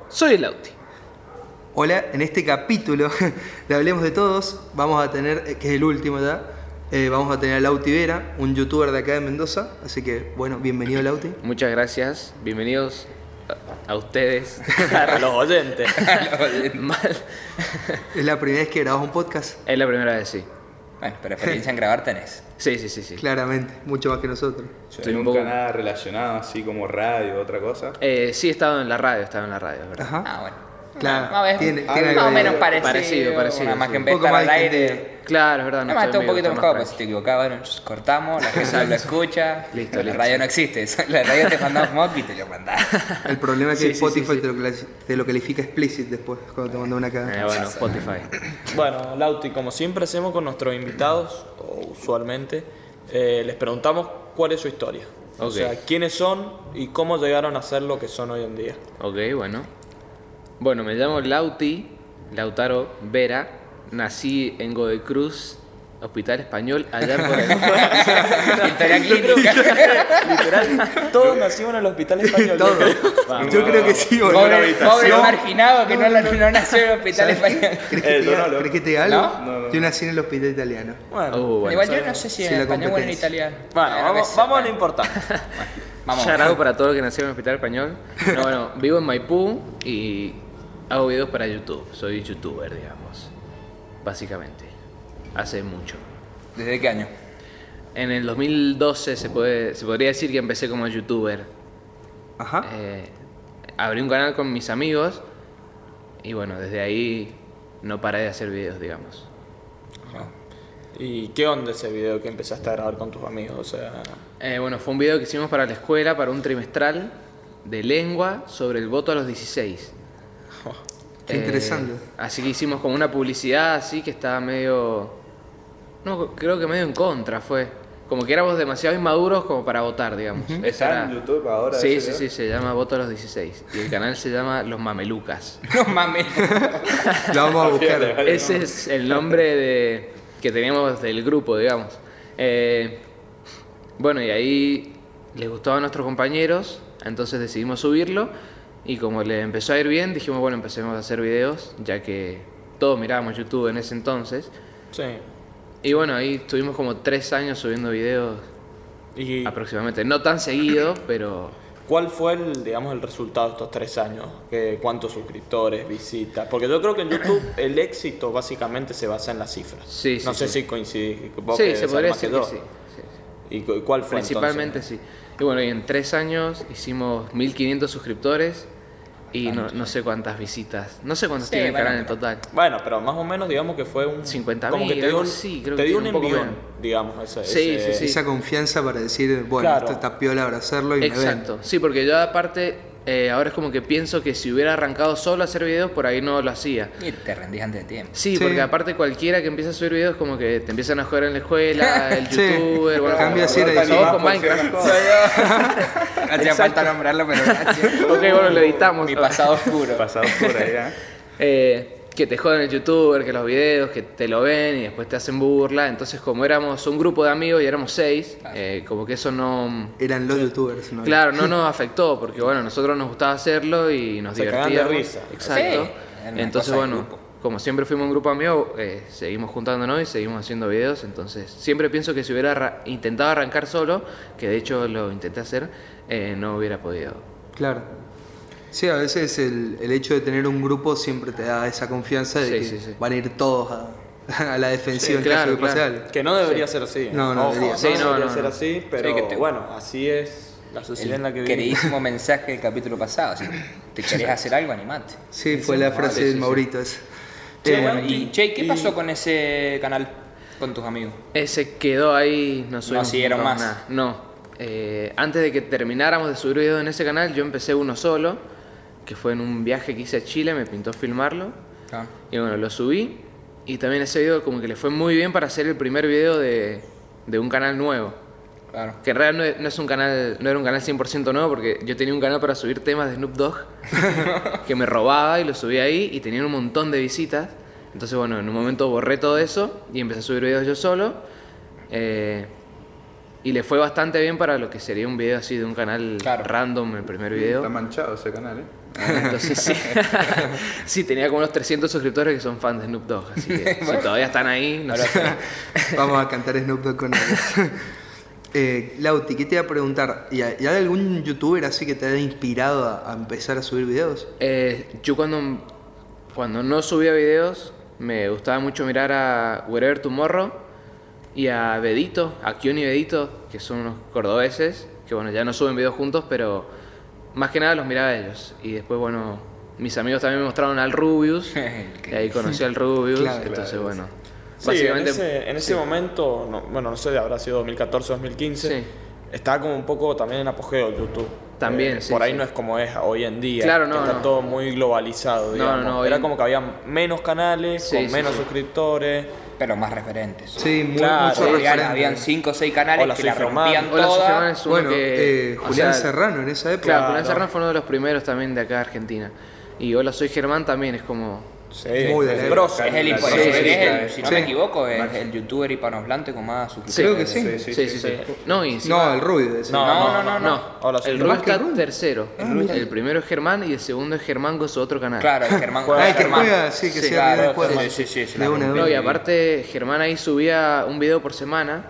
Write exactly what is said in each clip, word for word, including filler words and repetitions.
Soy el Lauti. Hola, en este capítulo de Hablemos de Todos vamos a tener, que es el último ya, eh, vamos a tener a Lauti Vera, un youtuber de acá de Mendoza. Así que, bueno, bienvenido Lauti. Muchas gracias, bienvenidos a, a ustedes. A los oyentes. Mal. ¿Es la primera vez que grabas un podcast? Es la primera vez, sí. Bueno, pero experiencia en grabar tenés. Sí, sí, sí, sí. Claramente, mucho más que nosotros. Estoy un Nunca poco- nada relacionado así como radio o otra cosa. Eh, sí, he estado en la radio, he estado en la radio, ¿verdad? Ajá. Ah, bueno. Claro, Más, tiene- más, tiene más o algo de- menos parecido. Parecido, parecido, Nada más sí. que en Un vez de poco estar más al distendido. aire. Claro, es verdad. Nada más está un estoy poquito medio- mejor, más pues si te equivocabas, bueno, cortamos, la gente lo escucha. Listo, La listo. radio no existe, la radio te manda un mock y te lo manda. El problema es que Sí, sí, Spotify sí, sí. Te, lo, clas- te lo califica explicit después, cuando te manda una Eh, cagada. bueno, Spotify. Bueno, Lauti, como siempre hacemos con nuestros invitados, o usualmente, eh, les preguntamos cuál es su historia. O Ok. sea, quiénes son y cómo llegaron a ser lo que son hoy en día. Ok, bueno. Bueno, me llamo Lauti, Lautaro Vera. Nací en Godecruz, Hospital Español, allá por el... Historia clínica. Literal, todos nacimos en el hospital español. Todo. Vamos, Yo creo que sí, boludo. Pobre, pobre No. marginado que no, no nació en el hospital español. ¿Crees que, Eh, te diga, no, no. ¿crees que te diga algo? ¿No? No, no. Yo nací en el hospital italiano. Bueno, Uh, bueno. Igual yo no sé si Sí, en la español o en competencia. italiano. bueno, Bueno, vamos, que vamos a lo sepa. importante. Vamos. Shout out para todos los que nacieron en el Hospital Español. No, bueno, vivo en Maipú y hago videos para YouTube. Soy youtuber, digamos. Básicamente. Hace mucho. ¿Desde qué año? En el dos mil doce se, puede, se podría decir que empecé como youtuber. Ajá. Eh, abrí un canal con mis amigos y bueno, desde ahí no paré de hacer videos, digamos. ¿Y qué onda ese video que empezaste a grabar con tus amigos? O sea, Eh, bueno, fue un video que hicimos para la escuela, para un trimestral de lengua sobre el voto a los dieciséis. Qué interesante. Así que hicimos como una publicidad así que estaba medio... No, creo que medio en contra fue. Como que éramos demasiado inmaduros como para votar, digamos. Esa ¿Está era- en YouTube ahora? Sí, ese sí, sí, video? se llama Voto a los dieciséis. Y el canal se llama Los Mamelucas. No mames. Lo vamos a buscar. Vale, Ese no. es el nombre de, que teníamos del grupo, digamos. Eh, bueno, y ahí les gustaba a nuestros compañeros, entonces decidimos subirlo. Y como le empezó a ir bien, dijimos, bueno, empecemos a hacer videos, ya que todos mirábamos YouTube en ese entonces. sí. Y bueno, ahí estuvimos como tres años subiendo videos ¿Y aproximadamente. No tan seguido, pero... cuál fue el, digamos, el resultado de estos tres años? ¿Qué- ¿Cuántos suscriptores, visitas? Porque yo creo que en YouTube el éxito básicamente se basa en las cifras. Sí, sí, No sé sí. si coincidís. vos Sí, que se debes podría saber decir más que yo. sí. sí, sí. ¿Y cu- cuál fue Principalmente entonces? sí. Y bueno, y en tres años hicimos mil quinientos suscriptores y no, no sé cuántas visitas. No sé cuántos Sí, tiene el bueno, canal en pero- total. Bueno, pero más o menos digamos que fue un... cincuenta como que mil, te dio algo un, así, creo te que dio un tiene un poco envión, menos. digamos. Ese, Sí, ese- sí, sí. Esa confianza para decir, bueno, Claro. esto está piola para hacerlo y me Exacto. ven. Sí, porque yo aparte, eh, ahora es como que pienso que si hubiera arrancado solo a hacer videos, por ahí no lo hacía. Y te rendís antes de tiempo. Sí, Sí. porque aparte cualquiera que empieza a subir videos como que te empiezan a joder en la escuela, el Sí. youtuber, bueno, Cambia como- así la todos edición. con Minecraft. No hacía falta nombrarlo, pero gracias. Ok, bueno, lo editamos. Mi pasado oscuro. Pasado por ahí, ¿eh? Eh, que te joden el youtuber, que los videos, que te lo ven y después te hacen burla. Entonces, como éramos un grupo de amigos y éramos seis, eh, como que eso no... Eran los youtubers, ¿no? Claro, no nos afectó, porque bueno, nosotros nos gustaba hacerlo y nos Se cagaban de divertíamos. risa. Exacto. Sí, era una Entonces, cosa de bueno, grupo. como siempre fuimos un grupo de amigos, eh, seguimos juntándonos y seguimos haciendo videos. Entonces, siempre pienso que si hubiera arra- intentado arrancar solo, que de hecho lo intenté hacer, eh, no hubiera podido. Claro. Sí, a veces el, el hecho de tener un grupo siempre te da esa confianza de Sí, que sí, sí. van a ir todos a, a la defensiva en Sí, claro, caso de que pase claro. algo. Que no debería ser así. No, no Ojo, debería. Sí, no, debería no, ser no. así, pero Sí, que te- bueno, así es la sociedad en la que El vivimos. queridísimo mensaje del capítulo pasado. Si te querés hacer algo, animate. Sí, fue la frase sí, del sí, Maurito esa. Sí, Eh, bueno, y Che, ¿qué y- pasó con ese canal? Con tus amigos. Ese quedó ahí, no subimos siguieron nunca más. nada. No. Eh, antes de que termináramos de subir videos en ese canal, yo empecé uno solo, que fue en un viaje que hice a Chile, me pintó filmarlo. Ah. Y bueno, lo subí. Y también ese video como que le fue muy bien para hacer el primer video de, de un canal nuevo. Claro. Que en realidad no es, no es un canal, no era un canal cien por ciento nuevo, porque yo tenía un canal para subir temas de Snoop Dogg que me robaba y lo subía ahí y tenía un montón de visitas. Entonces bueno, en un momento borré todo eso y empecé a subir videos yo solo. Eh, Y le fue bastante bien para lo que sería un video así de un canal Claro. random, el primer video. Está manchado ese canal, ¿eh? Entonces sí, sí, tenía como unos trescientos suscriptores que son fans de Snoop Dogg, así que si todavía están ahí, no sé. Vamos a cantar Snoop Dogg con ellos. eh, Lauti, ¿qué te iba a preguntar? ¿Y hay, y hay algún youtuber así que te haya inspirado a, a empezar a subir videos? Eh, yo cuando, cuando no subía videos, me gustaba mucho mirar a Wherever Tomorrow y a Bedito, a Kion y Bedito, que son unos cordobeses, que bueno, ya no suben videos juntos, pero más que nada los miraba a ellos. Y después, bueno, mis amigos también me mostraron al Rubius, y ahí conocí al Rubius, Claro, entonces claro, bueno. Sí, en ese, en ese sí. momento, no, bueno, no sé, habrá sido dos mil catorce, dos mil quince, Sí. estaba como un poco también en apogeo YouTube. También, Eh, sí, Por ahí sí. no es como es hoy en día, Claro, que no, está no. todo muy globalizado, No, digamos. no, hoy Era en- como que había menos canales, Sí, con sí, menos sí. suscriptores. Pero más referentes. Sí, muy, Claro, mucho sí, Habían, referente. habían cinco o seis canales Hola, que soy la Germán. rompían Hola, soy Germán toda. es uno Bueno, que... eh, o Julián sea, Serrano en esa época. Claro, Claro. Julián Serrano fue uno de los primeros también de acá de Argentina. Y Hola, soy Germán también es como... Sí, Muy de es la grosso. Es el, Sí, impo- sí, es sí, el- sí. si no Sí. me equivoco, es el youtuber hispanohablante con más Sí. Creo que suscriptores. sí. Sí, sí, sí. No, y encima- No, el Rubio. ese. No, No, no, no, No, Hola, soy el Germán. Rubio que está Rubio. tercero. Ah, mira. El primero es Germán y el segundo es Germán con su otro canal. Claro, el Germán Juega Ah, el que Germán. juega, sí, que Sí, sí, claro, arriba juega. sí, sí, sí, sí, De la una, de rompió. No, y una. aparte Germán ahí subía un video por semana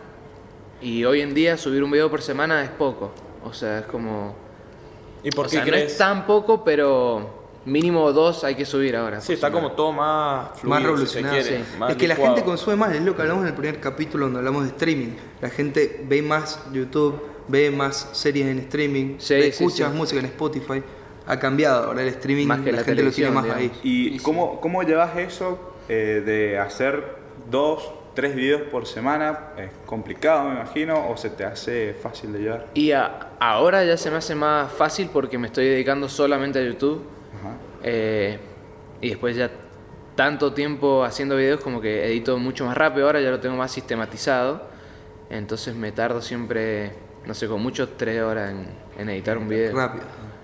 y hoy en día subir un video por semana es poco. O sea, es como... ¿Y por o qué sea, no crees? es tan poco, pero mínimo dos hay que subir ahora. Sí, por está semana. como todo más fluido, Más si revolucionado. se quiere, sí. más Es que la licuado. gente consume más, es lo que hablamos en el primer capítulo donde hablamos de streaming. La gente ve más YouTube, ve más series en streaming, Sí, ve- sí, escucha sí. música en Spotify. Ha cambiado, ahora el streaming Más que la, la gente lo tiene televisión, más ahí. digamos. ¿Y cómo, cómo llevas eso eh, de hacer dos, tres videos por semana? ¿Es complicado, me imagino, o se te hace fácil de llevar? Y a- ahora ya se me hace más fácil porque me estoy dedicando solamente a YouTube. Ajá. Eh, y después ya tanto tiempo haciendo videos como que edito mucho más rápido, ahora ya lo tengo más sistematizado. Entonces me tardo siempre, no sé, con mucho tres horas en, en editar un video. Rápido.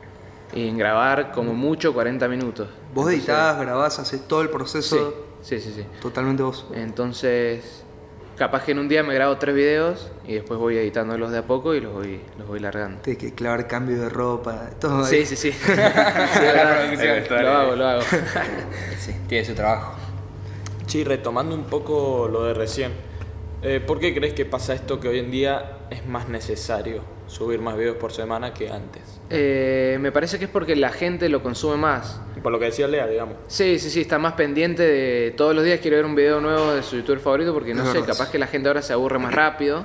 Y en grabar como mucho cuarenta minutos. Vos Entonces, editás, grabás, haces todo el Sí, proceso sí, sí, sí. totalmente vos. Entonces, capaz que en un día me grabo tres videos y después voy editándolos de a poco y los voy, los voy largando. Tienes que clavar cambios de ropa, todo Sí, ahí. sí, sí. Sí, verdad. producción. Lo hago, lo hago. Sí, tiene su trabajo. Sí, retomando un poco lo de recién. Eh, ¿Por qué crees que pasa esto que hoy en día es más necesario subir más videos por semana que antes? Eh, me parece que es porque la gente lo consume más. Por lo que decía Lea, digamos. Sí, sí, sí, está más pendiente de todos los días quiero ver un video nuevo de su youtuber favorito porque no Es sé, verdad. capaz que la gente ahora se aburre más rápido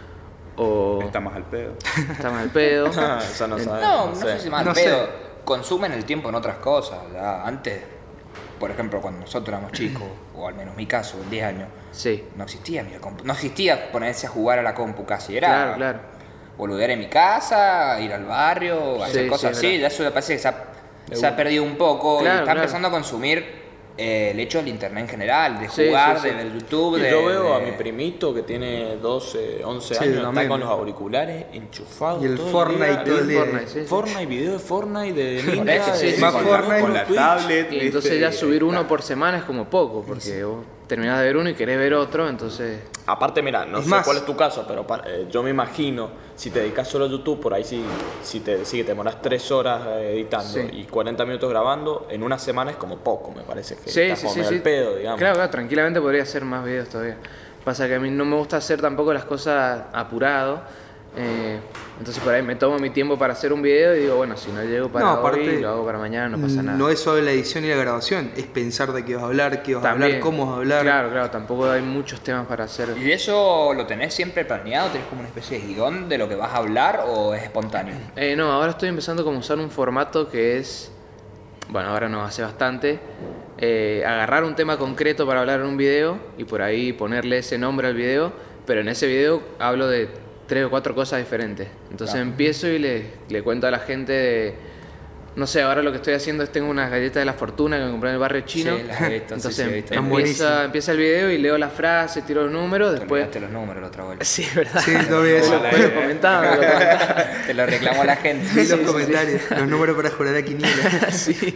o Está más al pedo. está mal pedo. Ah, Eso no sabemos. No, no sé si más No pedo. sé. Consumen el tiempo en otras cosas. ya. Antes, por ejemplo, cuando nosotros éramos chicos, o al menos mi caso, diez años, Sí, no existía ni la compu. No existía ponerse a jugar a la compu casi. Era claro, claro. boludear en mi casa, ir al barrio, hacer Sí, cosas sí, es así. verdad. Ya eso me parece que se ha, se ha perdido un poco. Claro, y está claro. empezando a consumir eh, el hecho del internet en general, de Sí, jugar, sí, sí. de ver YouTube. Y de, yo veo a de- mi primito que tiene doce, once Sí, años, está también. con los auriculares enchufados. Y el todo Fortnite día. todo el día. Fortnite, sí, sí. Fortnite, video de Fortnite, de Por Ninja, eso, sí, de sí, más con Fortnite. la- Con la Twitch. tablet. Y entonces ¿viste? ya subir uno Claro. por semana es como poco, porque vos terminás de ver uno y querés ver otro, entonces... Aparte, mira, no Es sé más- cuál es tu caso, pero pa- eh, yo me imagino, si te dedicas solo a YouTube, por ahí sí, si te, sí que te demoras tres horas eh, editando Sí. y cuarenta minutos grabando, en una semana es como poco, me parece que Sí, estás sí, como sí, medio sí. al pedo, digamos. Claro, claro, tranquilamente podría hacer más videos todavía. Pasa que a mí no me gusta hacer tampoco las cosas apurado. eh, entonces por ahí me tomo mi tiempo para hacer un video y digo, bueno, si no llego para No, hoy, aparte, lo hago para mañana, no pasa nada. No es solo la edición y la grabación, es pensar de qué vas a hablar, qué vas a hablar, cómo vas a hablar. Claro, claro, tampoco hay muchos temas para hacer. ¿Y eso lo tenés siempre planeado? ¿Tenés como una especie de guión de lo que vas a hablar o es espontáneo? Eh, no, ahora estoy empezando como a usar un formato que es, bueno, ahora no, hace bastante, eh, agarrar un tema concreto para hablar en un video y por ahí ponerle ese nombre al video, pero en ese video hablo de tres o cuatro cosas diferentes. Entonces Claro. empiezo y le, le cuento a la gente de, no sé, ahora lo que estoy haciendo es tengo unas galletas de la fortuna que me compré en el barrio chino. Sí, las he visto, sí, Entonces sí, he visto. Están buenísimas. empieza, empieza el video y leo la frase, tiro los números, Te después... olvidaste los números la otra vuelta. Sí, ¿verdad? Sí, no vi eso. Me lo comentaba, me lo comentaba. Te lo reclamó la gente. Vi los comentarios, los números para jurar a quiniela. Sí.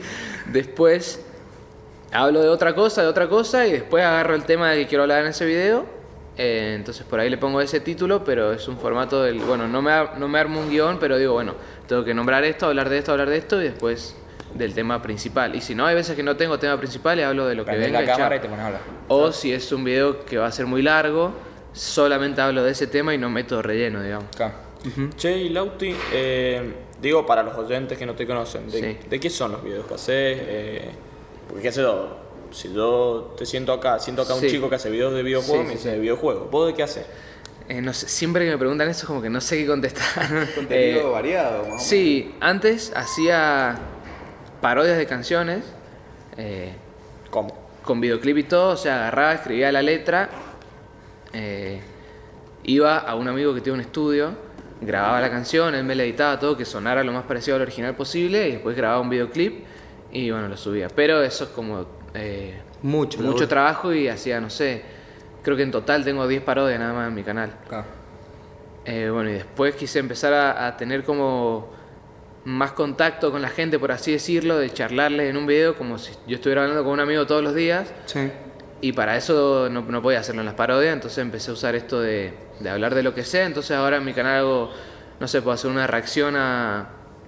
Después hablo de otra cosa, de otra cosa y después agarro el tema de que quiero hablar en ese video Eh, entonces por ahí le pongo ese título, pero es un formato del... Bueno, no me, ar- no me armo un guión, pero digo, bueno, tengo que nombrar esto, hablar de esto, hablar de esto y después del tema principal. Y si no, hay veces que no tengo tema principal y hablo de lo que Prendés venga la y cámara chao. y te pones a hablar. O si es un video que va a ser muy largo, solamente hablo de ese tema y no meto relleno, digamos. Acá. Che, y Lauti, eh, digo para los oyentes que no te conocen, ¿de, Sí. ¿de qué son los videos que haces? Eh, porque qué sé yo, si yo te siento acá, siento acá un Sí. chico que hace videos de videojuegos, Sí, me sí, dice sí. de videojuegos. ¿Vos de qué haces? Eh, no sé, siempre que me preguntan eso, como que no sé qué contestar. Contenido Eh, variado, más o menos. Sí, antes hacía parodias de canciones, eh, ¿Cómo? con videoclip y todo, o sea, agarraba, escribía la letra, eh, iba a un amigo que tiene un estudio, grababa la canción, él me la editaba todo, que sonara lo más parecido al original posible, y después grababa un videoclip y bueno, lo subía. Pero eso es como eh, Mucho, mucho laburo. trabajo y hacía, no sé, creo que en total tengo diez parodias nada más en mi canal. Acá. Eh, bueno, y después quise empezar a, a tener como más contacto con la gente, por así decirlo, de charlarles en un video como si yo estuviera hablando con un amigo todos los días. Sí. Y para eso no, no podía hacerlo en las parodias, entonces empecé a usar esto de, de hablar de lo que sé. Entonces ahora en mi canal hago, no sé, puedo hacer una reacción a,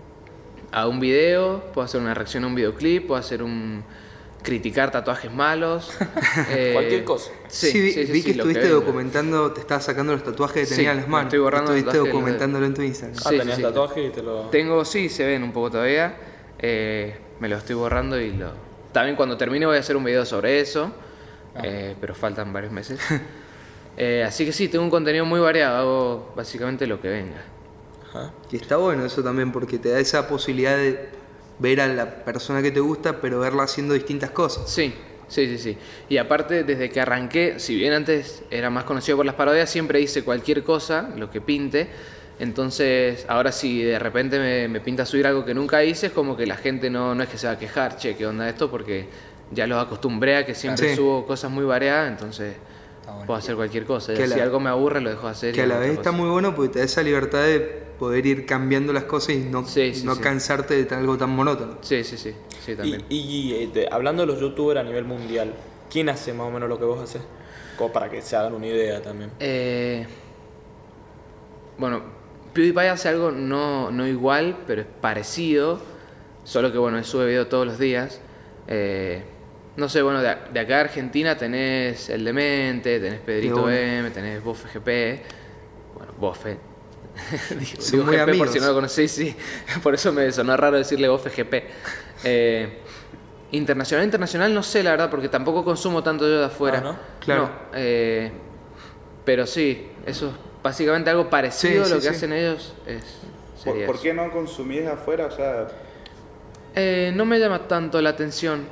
a un video, puedo hacer una reacción a un videoclip, puedo hacer un... criticar tatuajes malos. eh, Cualquier cosa. Sí, Sí, vi, sí, sí, vi sí, que lo estuviste venga. documentando, te estabas sacando los tatuajes que Sí, tenías en las me manos. estoy borrando los Estuviste tatuajes, lo de- documentándolo en tu Instagram. Ah, Sí, tenías sí, sí. tatuaje y te lo... Tengo, sí, se ven un poco todavía. Eh, me lo estoy borrando y lo... También cuando termine voy a hacer un video sobre eso. eh, pero faltan varios meses. Eh, así que sí, tengo un contenido muy variado. Hago básicamente lo que venga. Ajá. Y está bueno eso también porque te da esa posibilidad de ver a la persona que te gusta, pero verla haciendo distintas cosas. Sí, sí, sí, sí. Y aparte, desde que arranqué, si bien antes era más conocido por las parodias, siempre hice cualquier cosa, lo que pinte. Entonces, ahora si de repente me, me pinta subir algo que nunca hice, es como que la gente no, no es que se va a quejar, che, ¿qué onda esto? Porque ya los acostumbré a que siempre Sí. subo cosas muy variadas, entonces Está bueno. puedo hacer cualquier cosa. Y Que si la- algo me aburre, lo dejo de hacer. y Que a hago la otra vez está cosa. muy bueno porque te da esa libertad de poder ir cambiando las cosas y no, Sí, sí, no sí. cansarte de algo tan monótono. Sí, sí, sí, sí, Y, también. y, eh, de- hablando de los youtubers a nivel mundial, ¿quién hace más o menos lo que vos haces? Como para que se hagan una idea también. Eh, bueno, PewDiePie hace algo no, no igual, pero es parecido. Solo que bueno, él sube video todos los días. Eh, no sé, bueno, de, de acá a Argentina tenés El Demente, tenés Pedrito bueno. M, tenés Bofe G P. Bueno, Bofe. digo Son digo muy G P por amigos. si no lo conocéis, sí. Por eso me sonó raro decirle Bofe G P. Eh, internacional, internacional no sé la verdad, porque tampoco consumo tanto yo de afuera. Ah, ¿no? Claro. No, eh, pero sí, eso es básicamente algo parecido Sí, a lo sí, que sí. hacen ellos. Es, ¿Por, sería por eso. qué no consumís de afuera? O sea, Eh, no me llama tanto la atención.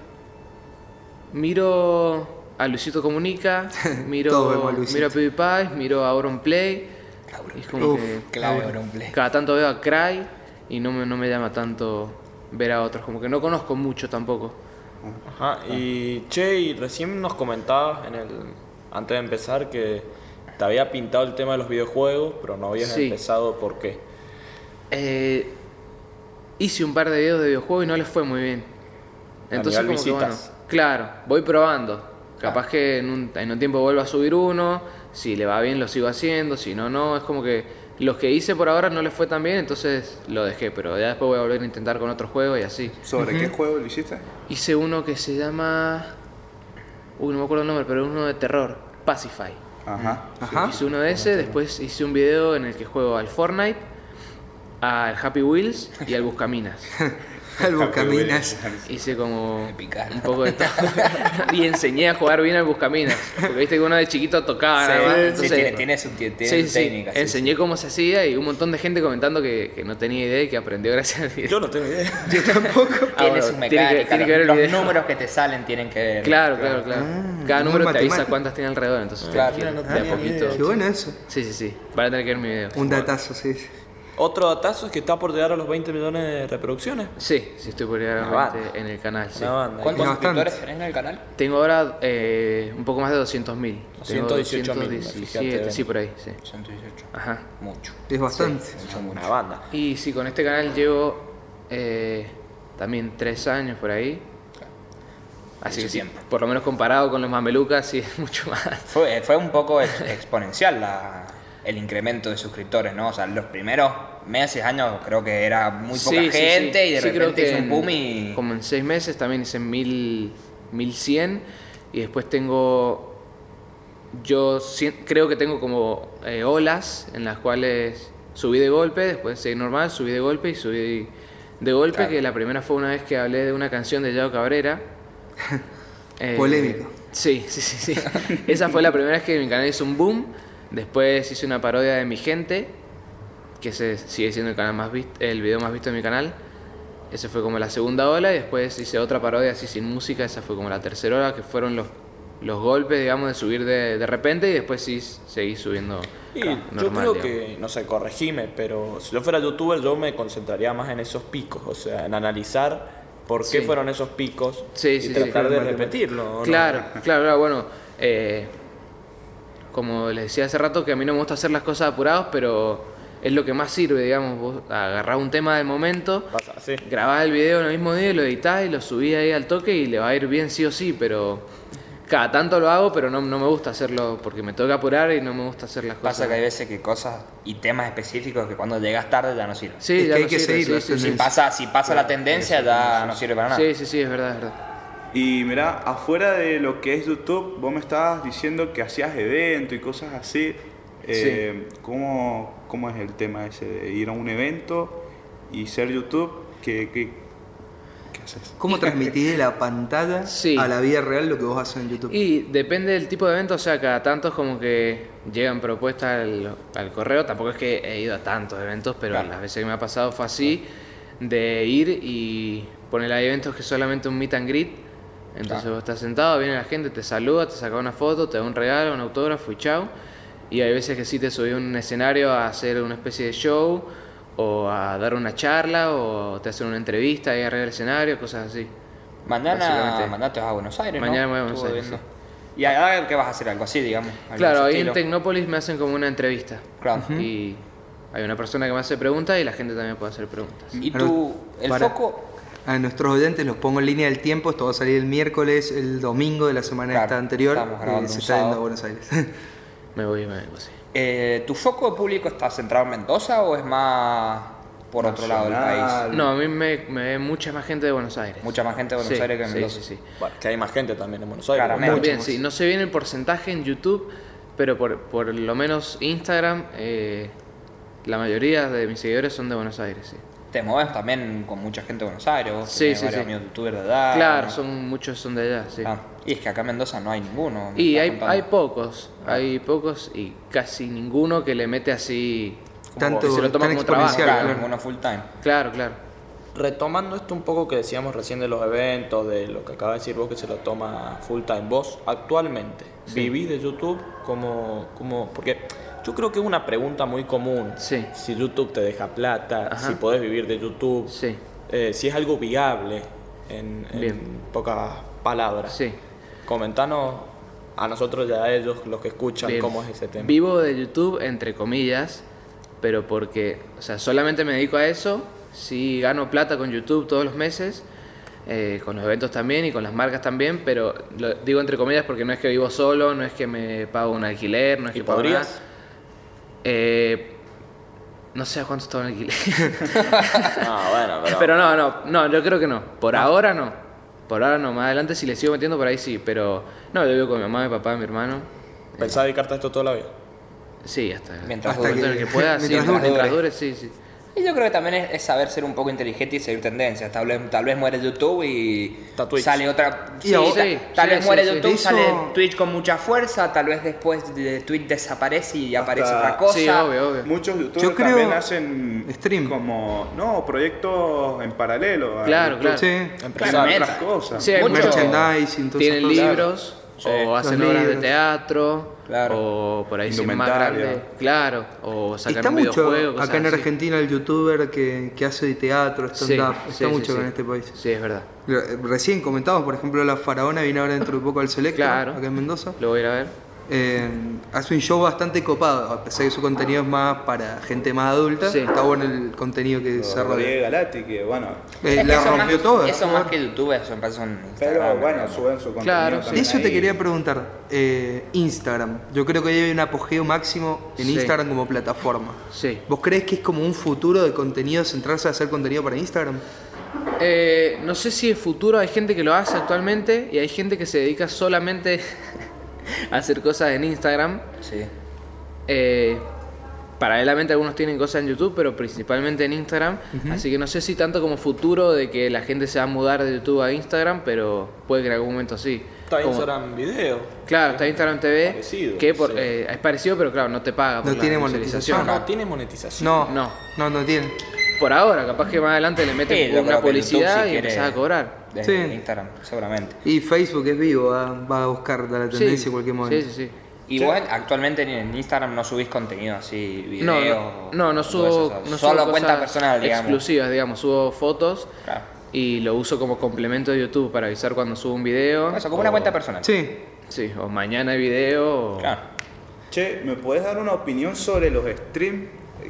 Miro a Luisito Comunica, Todos miro, vemos a Luisito. miro a PewDiePie, miro a Auronplay. Y es como Uf, que Clave ahora un play. cada tanto veo a Cry y no me, no me llama tanto ver a otros. Como que no conozco mucho tampoco. Ajá. Y che, y recién nos comentabas en el antes de empezar que te había pintado el tema de los videojuegos, pero no habías Sí. empezado por qué. Eh, hice un par de videos de videojuegos y no les fue muy bien. Entonces nivel como que bueno, visitas. claro, voy probando. Capaz que en un, en un tiempo vuelvo a subir uno, si le va bien lo sigo haciendo, si no, no. Es como que los que hice por ahora no les fue tan bien, entonces lo dejé, pero ya después voy a volver a intentar con otro juego y así. ¿sobre qué juego lo hiciste? Hice uno que se llama... Uy, no me acuerdo el nombre, pero es uno de terror, Pacify. Ajá. Ajá. Hice uno de ese, después hice un video en el que juego al Fortnite, al Happy Wheels y al Buscaminas. Al Buscaminas. Hice como Epicar. un poco de todo. Y enseñé a jugar bien al Buscaminas. Porque viste que uno de chiquito tocaba nada más. Sí, Entonces, tiene, tiene su, tiene sí, su sí, técnica. sí, enseñé sí. cómo se hacía y un montón de gente comentando que, que no tenía idea y que aprendió gracias al video. Yo no tengo idea. Yo tampoco. Ah, Tiene bueno, su tiene mecánica. que- tiene que ver el los video. números que te salen tienen que ver. Claro, claro, claro. Ah, Cada muy número te avisa matemático. cuántas tiene alrededor, entonces Claro, tenés que ir no de a tenía ni poquito. idea. Qué bueno eso. Sí, sí, sí. Van a tener que ver mi video. Un datazo, sí. sí. Otro datazo es que está por llegar a los veinte millones de reproducciones. Sí, sí estoy por llegar a Una los banda. veinte en el canal, sí. Una banda. ¿Cuántos Es bastante. suscriptores tenés en el canal? Tengo ahora eh, un poco más de doscientos mil. ciento dieciocho mil, doscientos fíjate. diecisiete, sí, por ahí, sí. ciento dieciocho. Ajá. Mucho. Es bastante. Mucho, mucho. Una banda. Y sí, con este canal llevo eh, también tres años por ahí. Así en que su sí, tiempo. por lo menos comparado con los mamelucas, sí es mucho más. Fue, fue un poco ex- exponencial la, el incremento de suscriptores, ¿no? O sea, los primeros meses, años, creo que era muy poca Sí, sí, gente sí. y de Sí, creo repente que hizo un en- boom y... Como en seis meses también hice mil, mil cien y después tengo, yo si- creo que tengo como eh, olas en las cuales subí de golpe, después seguí normal, subí de golpe y subí de golpe, Claro. que la primera fue una vez que hablé de una canción de Yao Cabrera. Eh, Polémico. Sí, sí, sí, sí. Esa fue la primera vez que mi canal hizo un boom. Después hice una parodia de Mi Gente, que ese sigue siendo el canal más visto, el video más visto de mi canal. Ese fue como la segunda ola y después hice otra parodia así sin música, esa fue como la tercera ola, que fueron los, los golpes, digamos, de subir de, de repente y después sí seguí subiendo Y normal, yo creo digamos. que, no sé, corregime, pero si yo fuera youtuber yo me concentraría más en esos picos, o sea, en analizar por qué Sí. fueron esos picos Sí, y sí, sí. tratar de Claro, repetirlo. ¿o no? Claro, claro, claro, bueno, eh, como les decía hace rato que a mí no me gusta hacer las cosas apurados, pero es lo que más sirve, digamos, vos agarrás un tema del momento, Pasa así. grabás el video en el mismo día, lo editás y lo subís ahí al toque y le va a ir bien sí o sí, pero cada tanto lo hago, pero no, no me gusta hacerlo porque me toca apurar y no me gusta hacer las cosas. Pasa que hay veces que cosas y temas específicos que cuando llegas tarde ya no sirven. Sí, Es ya que hay no que sirve, seguir sí, las sí, sí. Si tendencias. pasa, si pasa la tendencia ya no sirve para nada. Sí, sí, sí, es verdad, es verdad. Y mirá, afuera de lo que es YouTube, vos me estabas diciendo que hacías eventos y cosas así. Eh, ¿cómo, ¿Cómo es el tema ese de ir a un evento y ser YouTube? ¿Qué, qué, qué haces? ¿Cómo transmitís de la pantalla Sí. a la vida real lo que vos haces en YouTube? Y depende del tipo de evento, o sea, cada tanto es como que llegan propuestas al, al correo. Tampoco es que he ido a tantos eventos, pero Claro. las veces que me ha pasado fue así, de ir y poner hay eventos que es solamente un meet and greet. Entonces Claro. vos estás sentado, viene la gente, te saluda, te saca una foto, te da un regalo, un autógrafo y chao. Y hay veces que sí te subí a un escenario a hacer una especie de show, o a dar una charla, o te hacen una entrevista ahí arriba del escenario, cosas así. Mañana, Básicamente. mañana te vas a Buenos Aires, ¿no? Mañana me voy a Buenos Estuve Aires, viendo. Y ahora que vas a hacer algo así, digamos. algo Claro, de ahí ese en estilo. Tecnópolis me hacen como una entrevista. Claro. Y hay una persona que me hace preguntas y la gente también puede hacer preguntas. Y Pero, tú, el para- foco... A nuestros oyentes los pongo en línea del tiempo. Esto va a salir el miércoles, el domingo de la semana Claro, esta anterior. estamos grabando se un está yendo a sábado. Buenos Aires. Me voy y me vengo, sí. Eh, ¿Tu foco de público está centrado en Mendoza o es más por otro lado del país? Nacional. No, a mí me, me ve mucha más gente de Buenos Aires. Mucha más gente de Buenos Sí, Aires que en sí, Mendoza. sí, sí. Bueno, que hay más gente también en Buenos Aires. Claramente. Muy bien, Mucho sí. No sé bien el porcentaje en YouTube, pero por, por lo menos Instagram, eh, la mayoría de mis seguidores son de Buenos Aires, sí. Te mueves también con mucha gente de Buenos Aires, vos Sí, tenés sí, varios sí. amigos youtubers de allá. Claro, ¿no? son muchos son de allá, sí. Ah, y es que acá en Mendoza no hay ninguno. me Y estás hay, contando. hay pocos, hay pocos y casi ninguno que le mete así. Tanto, que se lo toma tan como trabajo. exponencial, Claro, claro. ninguno full time. Claro, claro. Retomando esto un poco que decíamos recién de los eventos, de lo que acaba de decir vos que se lo toma full time. Vos actualmente vivís de YouTube como, como... Porque yo creo que es una pregunta muy común. Sí. Si YouTube te deja plata, Ajá. si podés vivir de YouTube, Sí. eh, si es algo viable en, en Bien. pocas palabras. Sí. Comentanos a nosotros y a ellos, los que escuchan, Bien. cómo es ese tema. Vivo de YouTube, entre comillas, pero porque, o sea, solamente me dedico a eso. Sí gano plata con YouTube todos los meses, eh, con los eventos también y con las marcas también, pero lo digo entre comillas porque no es que vivo solo, no es que me pago un alquiler, no es ¿Y que pago podrías? nada. Eh, no sé a cuánto está un alquiler. Ah, bueno, pero... Pero no, no, no, yo creo que no. Por ahora no. Por ahora no. Más adelante si le sigo metiendo por ahí sí, pero no, yo vivo con mi mamá, mi papá, mi hermano. ¿Pensás dedicarte a esto toda la vida? Sí, hasta, Mientras hasta el momento en el que pueda, sí, mientras mientras, dure. dure, sí, sí. Y yo creo que también es, es saber ser un poco inteligente y seguir tendencias. Tal vez, tal vez muere YouTube y Está Twitch. sale otra. Y Sí, ahora- ta- sí, tal sí, vez sí, muere sí. YouTube, Eso- sale Twitch con mucha fuerza. Tal vez después de Twitch desaparece y aparece Hasta- otra cosa. Sí, obvio, obvio. Muchos youtubers Yo creo- también hacen stream. como, no, proyectos en paralelo. a Claro, YouTube. claro. Sí. Hacen Claramente. otras cosas. Sí, hay Mucho- muchos- Merchandising, todo tienen eso. libros, Sí. o hacen Los obras de libros. teatro, Claro. o por ahí sí más Indumentaria. grande. Claro, o sacan Está un mucho videojuego. cosas acá en así. Argentina el youtuber que, que hace de teatro, Sí, stand-up. sí, Está sí, mucho sí. en este país. Sí, es verdad. Re- Recién comentamos, por ejemplo, La Faraona viene ahora dentro de poco al Selectro, Claro. acá en Mendoza. Lo voy a ir a ver. Eh, hace un show bastante copado, a pesar de que su contenido es más para gente más adulta. Sí. Está bueno el contenido que desarrolla. Rodríguez Galati, que bueno. Eh, Es que la eso rompió más, toda. Eso más que YouTube, eso me parece un Pero Instagram, bueno, ¿no? suben su contenido. Claro, De también eso te ahí. quería preguntar. eh, Instagram. Yo creo que hay un apogeo máximo en Sí. Instagram como plataforma. Sí. ¿Vos crees que es como un futuro de contenido centrarse a hacer contenido para Instagram? Eh, no sé si es futuro, hay gente que lo hace actualmente y hay gente que se dedica solamente a hacer cosas en Instagram. Sí. Eh, paralelamente algunos tienen cosas en YouTube, pero principalmente en Instagram. Así que no sé si tanto como futuro de que la gente se va a mudar de YouTube a Instagram, pero puede que en algún momento sí. Está Como- Instagram Video. Claro, está Instagram T V, Parecido, que por, sí. eh, es parecido, pero claro, no te paga por No la tiene visualización. monetización. Ah, no, tiene monetización. No, No. no, no tiene. Por ahora, capaz que más adelante le meten Sí, yo creo una que publicidad YouTube, si y quiere- empezás a cobrar. Desde Sí. Instagram, seguramente. Y Facebook es vivo, va, va a buscar la tendencia Sí, en cualquier momento. sí, sí, sí. Y Sí. vos actualmente en Instagram no subís contenido así, videos. No, no, no, no subo, todo eso, no solo subo cuenta cosas personal, digamos. exclusivas, digamos, subo fotos Claro. y lo uso como complemento de YouTube para avisar cuando subo un video. Eso, como una o- cuenta personal. Sí. Sí, o mañana hay video. o- Claro. Che, ¿me podés dar una opinión sobre los streams,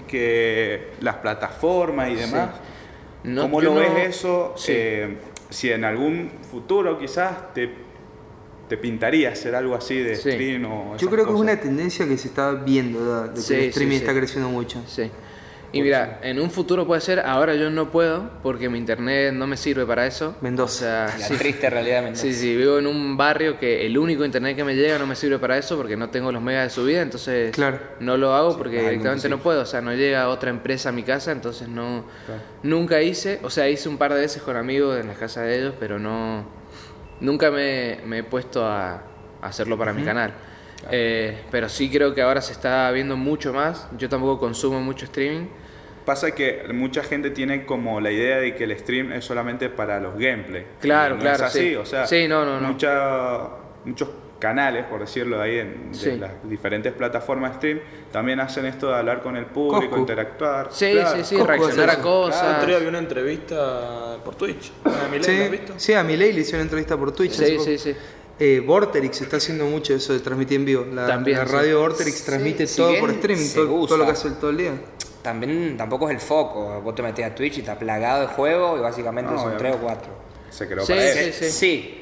que las plataformas y demás? No, ¿Cómo yo lo no- ves eso? Sí. Eh, si en algún futuro quizás te, te pintaría hacer algo así de Sí. stream o Yo esas creo que es cosas? una tendencia que se está viendo, ¿verdad? De que Sí, el sí, streaming sí. está creciendo mucho. Sí. Y mira, en un futuro puede ser, ahora yo no puedo porque mi internet no me sirve para eso. Mendoza. O sea, La sí. triste realidad de Mendoza. Sí, sí, vivo en un barrio que el único internet que me llega no me sirve para eso porque no tengo los megas de subida, entonces Claro. no lo hago porque hay directamente algún no puedo, o sea, no llega otra empresa a mi casa, entonces no nunca hice, o sea, hice un par de veces con amigos en las casas de ellos, pero no nunca me, me he puesto a, a hacerlo para mi canal. Eh, pero sí creo que ahora se está viendo mucho más, yo tampoco consumo mucho streaming. Pasa que mucha gente tiene como la idea de que el stream es solamente para los gameplays. Claro, Y no claro, es así, sí. o sea, Sí, no, no, no. mucha- muchos canales, por decirlo ahí, en de Sí. las diferentes plataformas de stream, también hacen esto de hablar con el público, Coscu. interactuar. Sí, Claro. sí, sí, Coscu reaccionar hace a eso. Ah, el cosas. otro día vi una entrevista por Twitch. ¿A Milei, Sí, ¿lo has visto? sí, a Milei le hicieron entrevista por Twitch. hace Sí, poco. sí, sí. Eh, Vorterix está haciendo mucho eso de transmitir en vivo. La, También, la sí. radio Vorterix transmite si todo bien por streaming, se todo, todo lo que usa. hace todo el día. También tampoco es el foco. Vos te metés a Twitch y está plagado de juego y básicamente No, son obviamente. tres o cuatro. Se creó Sí, para sí, eso. sí.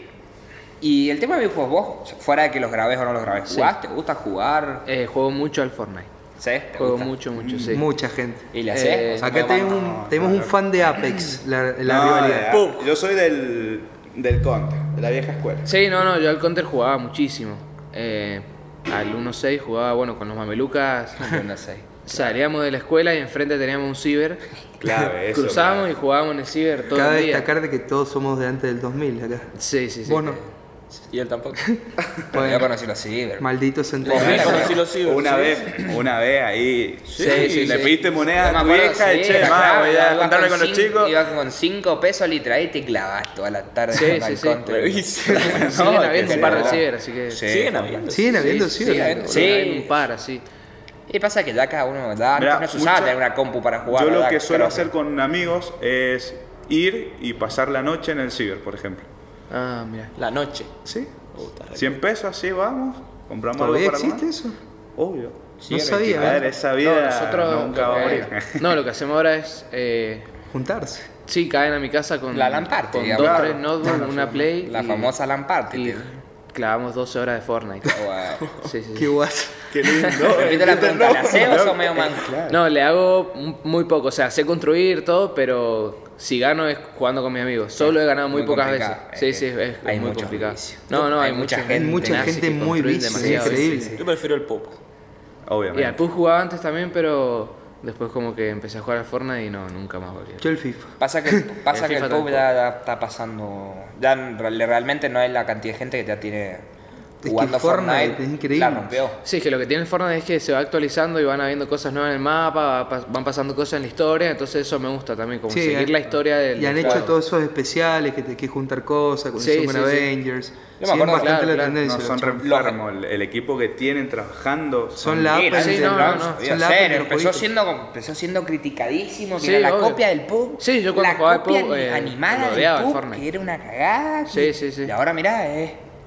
Y el tema de videojuegos, vos, fuera de que los grabés o no los grabés, Sí. ¿jugás? ¿Te gusta jugar? Eh, juego mucho al Fortnite. ¿Sí? ¿Te Juego gusta? mucho, mucho, sí. Mucha gente. ¿Y le Eh, haces? O sea, Acá no, tenemos no, un, no, tenemos no, un no. fan de Apex, la, la No, rivalidad. de- ¡Pum! yo soy del, del Counter, de la vieja escuela. Sí, no, no, yo al Counter jugaba muchísimo. Eh, al uno seis jugaba, bueno, con los mamelucas. No sé. Salíamos de la escuela y enfrente teníamos un ciber. Clave, eso. Cruzábamos clave. y jugábamos en el ciber todo Cabe el día. destacar de que todos somos de antes del dos mil acá. Sí, sí, sí. Vos no. Y él tampoco. Bueno, yo conocí los ciber. Malditos Vos centenarios. conocí los ciber, Una ¿sí? vez, una vez ahí, Sí, sí, le sí. pediste moneda Yo me a tu acuerdo, vieja y sí, che, era ma, claro, voy iba a juntarme con los cinco- chicos. Iba con cinco pesos litra y te clavas toda la tarde Sí, jugando sí, al sí. Counter. Revísimo. Siguen No, habiendo que un par de sí, ciber, así que. Sí. Siguen habiendo. Siguen habiendo, sí, sí. habiendo. Sí, Sí. hay un par así. Y pasa que ya cada uno da, Mirá, antes no se usaba mucha- tener una compu para jugar. Yo lo ¿verdad? que suelo Creo hacer con amigos es ir y pasar la noche en el ciber, por ejemplo. Ah, mira. La noche. ¿Sí? Uh, está re- cien pesos así, vamos, compramos algo ¿Todavía para existe comer. eso? Obvio. No sabía. A ver, esa vida No, nosotros. nunca va a lo morir. que, no, lo que hacemos ahora es. Eh, Juntarse. sí, caen a mi casa con. La LAN party, Con digamos. dos, Claro. tres notebooks, una play. La y- famosa LAN party. Y tío. clavamos doce horas de Fortnite. Wow. Sí, sí, sí. Qué guaso. Qué lindo. Repite la pregunta, ¿la haces o sos medio man? No, le hago un- muy poco, o sea, sé construir todo, pero si gano es jugando con mis amigos. Solo he ganado muy, Muy pocas complicado, veces. es Sí, que sí, es, hay es muy muchos complicado. vicios. No, no, hay, Hay mucha mucha gente, Hay mucha nazi gente que muy construye vicia, es demasiado. increíble. Yo prefiero el pop. Y Obviamente. al P U B jugaba antes también, pero después como que empecé a jugar al Fortnite y no, nunca más volví. Yo el FIFA. Pasa que, pasa El que el FIFA P U B tampoco. ya, ya está pasando. Ya en real- realmente no hay la cantidad de gente que ya tiene que jugando Fortnite Fortnite. es increíble. La rompió. Sí, es que lo que tiene el Fortnite es que se va actualizando y van habiendo cosas nuevas en el mapa, va pa- van pasando cosas en la historia, entonces eso me gusta también, como Sí, seguir han- la historia del Y han del hecho juego. todos esos especiales que te que juntar cosas, con Sí, Summon sí, sí. Avengers. Yo me Siguen acuerdo, bastante claro, la claro. tendencia. No son los re chavos. enfermos. El, el equipo que tienen trabajando Son la Sí, Apple sí, del- no, no, no. son Son la Apple de los empezó jueguitos. siendo, empezó siendo criticadísimo, que Sí, era la obvio. copia del P U B. Sí, yo cuando la jugaba al copia P U B, eh, animada lo del odiaba el P U B, Fortnite. que era una cagada. Sí, sí, sí. Y ahora mirá, es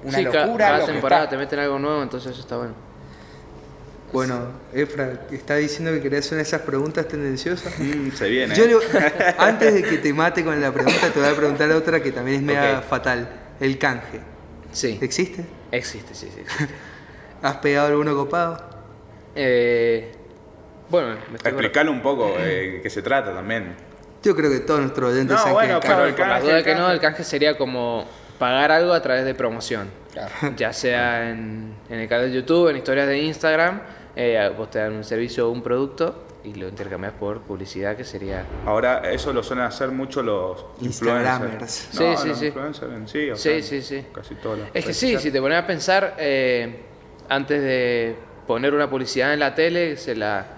una sí, ca- locura. cada lo que temporada está. te meten algo nuevo, entonces eso está bueno. Bueno, Efra, está diciendo que querías hacer una de esas preguntas tendenciosas. Mm, se viene. Yo ¿eh? le- antes de que te mate con la pregunta, te voy a preguntar otra que también es media Ok. fatal. El canje. Sí, ¿Existe? existe, sí, sí. existe. ¿Has pegado alguno copado? Eh, bueno, me estoy Explicarle un poco de qué se trata también. Yo creo que todos nuestros oyentes No, saben bueno, que pero canje. el Por la canje, duda el que no, canje. el canje sería como pagar algo a través de promoción. Claro. Ya sea en, en el canal de YouTube, en historias de Instagram, eh, vos te dan un servicio o un producto y lo intercambias por publicidad, que sería... Ahora, eso lo suelen hacer mucho los Instagramers. influencers. Sí, No, sí, los sí. influencers en sí, o Sí, sea, sí, sí. Casi todas las Es que redes sí, sociales. si te pones a pensar, eh, antes de poner una publicidad en la tele, se la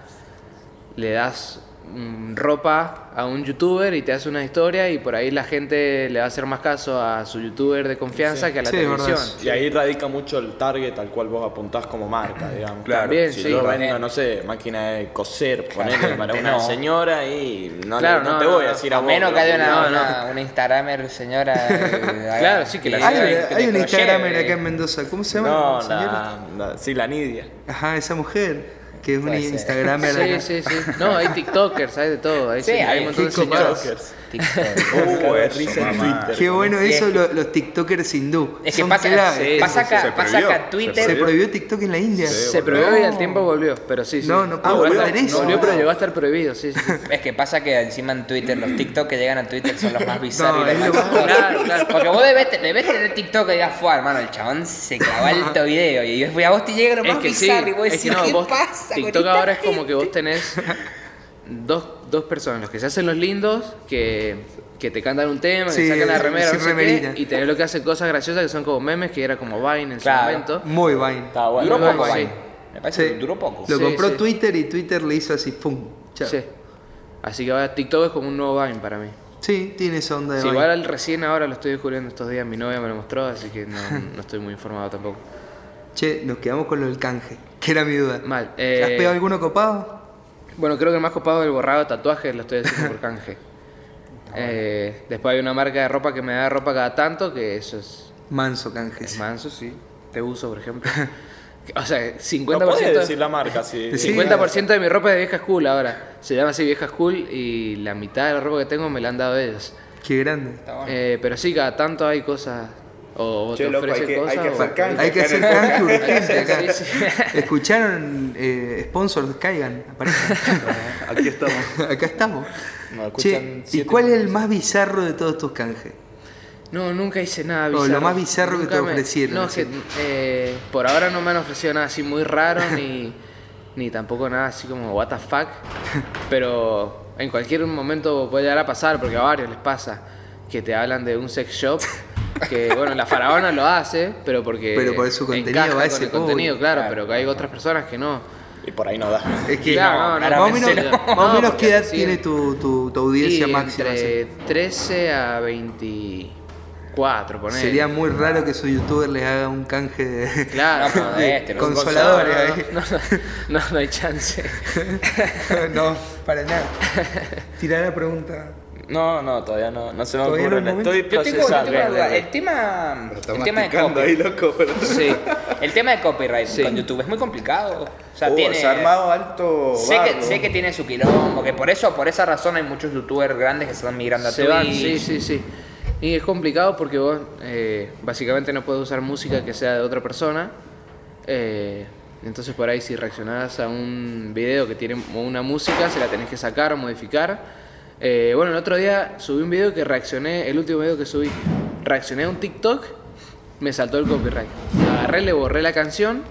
le das mm, ropa a un youtuber y te hace una historia y por ahí la gente le va a hacer más caso a su youtuber de confianza Sí. que a la Sí, es verdad. televisión. Y ahí radica mucho el target al cual vos apuntás como marca, digamos. Claro. También, Si sí. yo Bueno. vendo, no sé, máquina de coser, ponele para Claramente una no. señora y no, Claro, no, no, te no, voy a no. decir a A vos. menos que haya pero- una, no, una, una Instagramer señora. eh, Claro, sí, que la Hay, Sí, una- que hay te una crochet, Instagramer eh. acá en Mendoza. ¿Cómo se llama? No, señora? la, la- sí, la Nidia. Ajá, esa mujer. Que es una Puede ser. Instagramer Sí, acá. sí, sí. No, hay TikTokers, hay de todo. Hay, Sí, hay hay un montón de Kiko señoras. TikTokers. TikTok. Uh, de eso, risa en mamá. Twitter. Qué bueno Sí. eso, lo- los TikTokers hindú. Es que Son pasa, clave. sí, pasa sí, acá, se pasa prohibió, acá se Twitter. Se prohibió TikTok en la India. Sí, Se volvió. prohibió y al tiempo volvió, pero sí, sí. No, no puedo Volvió, creer eso. volvió, pero llegó a estar prohibido, sí, sí. sí. Es que pasa que encima en Twitter, los TikTok que llegan a Twitter son los más bizarros No, y los es más lo- chistosos. Claro, claro. Porque vos debes, debes tener TikTok que digas, fue hermano, el chabón se clavó alto video. Y después a vos te llega lo Es más que sí, bizarro y vos es decís, que no, ¿qué vos, pasa con TikTok esta ahora es como gente? que vos tenés dos, dos personas, los que se hacen los lindos, que, que te cantan un tema, Sí, que sacan la remera, sin no sé remerita. qué, y tenés lo que hacen cosas graciosas que son como memes, que era como Vine en Claro. su momento. Muy vain. Estaba bueno. Duró Muy poco, bueno, Vine. sí. Me parece Sí. que duró poco. Lo Sí, compró sí. Twitter y Twitter le hizo así, pum. Chao. Sí. Así que ahora TikTok es como un nuevo Vine para mí. Sí, tiene esa onda de Sí, Vine. igual recién ahora lo estoy descubriendo estos días, mi novia me lo mostró, así que no, no estoy muy informado tampoco. Che, nos quedamos con lo del canje, que era mi duda. Mal. ¿Te ¿Has Eh, pegado alguno copado? Bueno, creo que el más copado del borrado de tatuajes lo estoy haciendo por canje. Eh, después hay una marca de ropa que me da ropa cada tanto, que eso es, Manso canje. es sí. manso, sí. Te uso, por ejemplo. O sea, No cincuenta por podés ciento, decir la marca, sí. Sí. cincuenta por ciento de mi ropa es de vieja school ahora. Se llama así vieja school y la mitad de la ropa que tengo me la han dado ellos. Qué grande. Está bueno. Eh, pero sí, cada tanto hay cosas. O, o Che, te loco, hay ofrecen que- hay cosas. que o- hacer canje. Hay que hacer canje urgente acá. Sí, sí. ¿Escucharon? Eh, sponsors, caigan, aparezcan. Aquí estamos. Acá estamos. No, escuchan Che, ¿y siete cuál es el minutos. más bizarro de todos tus canjes? No, nunca hice nada O bizarro. lo más bizarro que Nunca te me- ofrecieron, No, así. que eh, por ahora no me han ofrecido nada así muy raro, ni, ni tampoco nada así como what the fuck. Pero en cualquier momento puede llegar a pasar, porque a varios les pasa, que te hablan de un sex shop. Que bueno, la faraona lo hace, pero porque. Pero por su contenido encaja va a con ese el contenido, público. claro, Claro. pero que hay otras personas que no. Y por ahí no da. Es que Claro, no, no, más no, o menos, en serio. más o No, menos porque qué edad sí. tiene tu, tu, tu audiencia Y máxima. entre así. trece a veinticuatro, ponele. Sería muy raro que su youtuber les haga un canje de Claro, No, pero de este, los consoladores no, ahí. no, no, no, no hay chance. No, para nada. Tirar la pregunta. No, no, todavía no, no se me Todavía ocurre. no es la- Estoy Yo tengo, yo tengo procesando. una duda. El tema, Está el tema de masticando ahí, copy, loco. Pero... Sí. el tema de copyright Sí. con YouTube es muy complicado. O sea, Oh, tiene. se ha armado alto Sé que, barro. sé que tiene su quilombo, que por eso, por esa razón hay muchos youtubers grandes que se están migrando a Se Twitch. van, sí, sí, sí. Y es complicado porque vos eh, básicamente no puedes usar música que sea de otra persona. Eh, entonces por ahí si reaccionás a un video que tiene una música, se la tenés que sacar o modificar. Eh, bueno, el otro día subí un video que reaccioné, el último video que subí, reaccioné a un TikTok, me saltó el copyright. Agarré, le borré la canción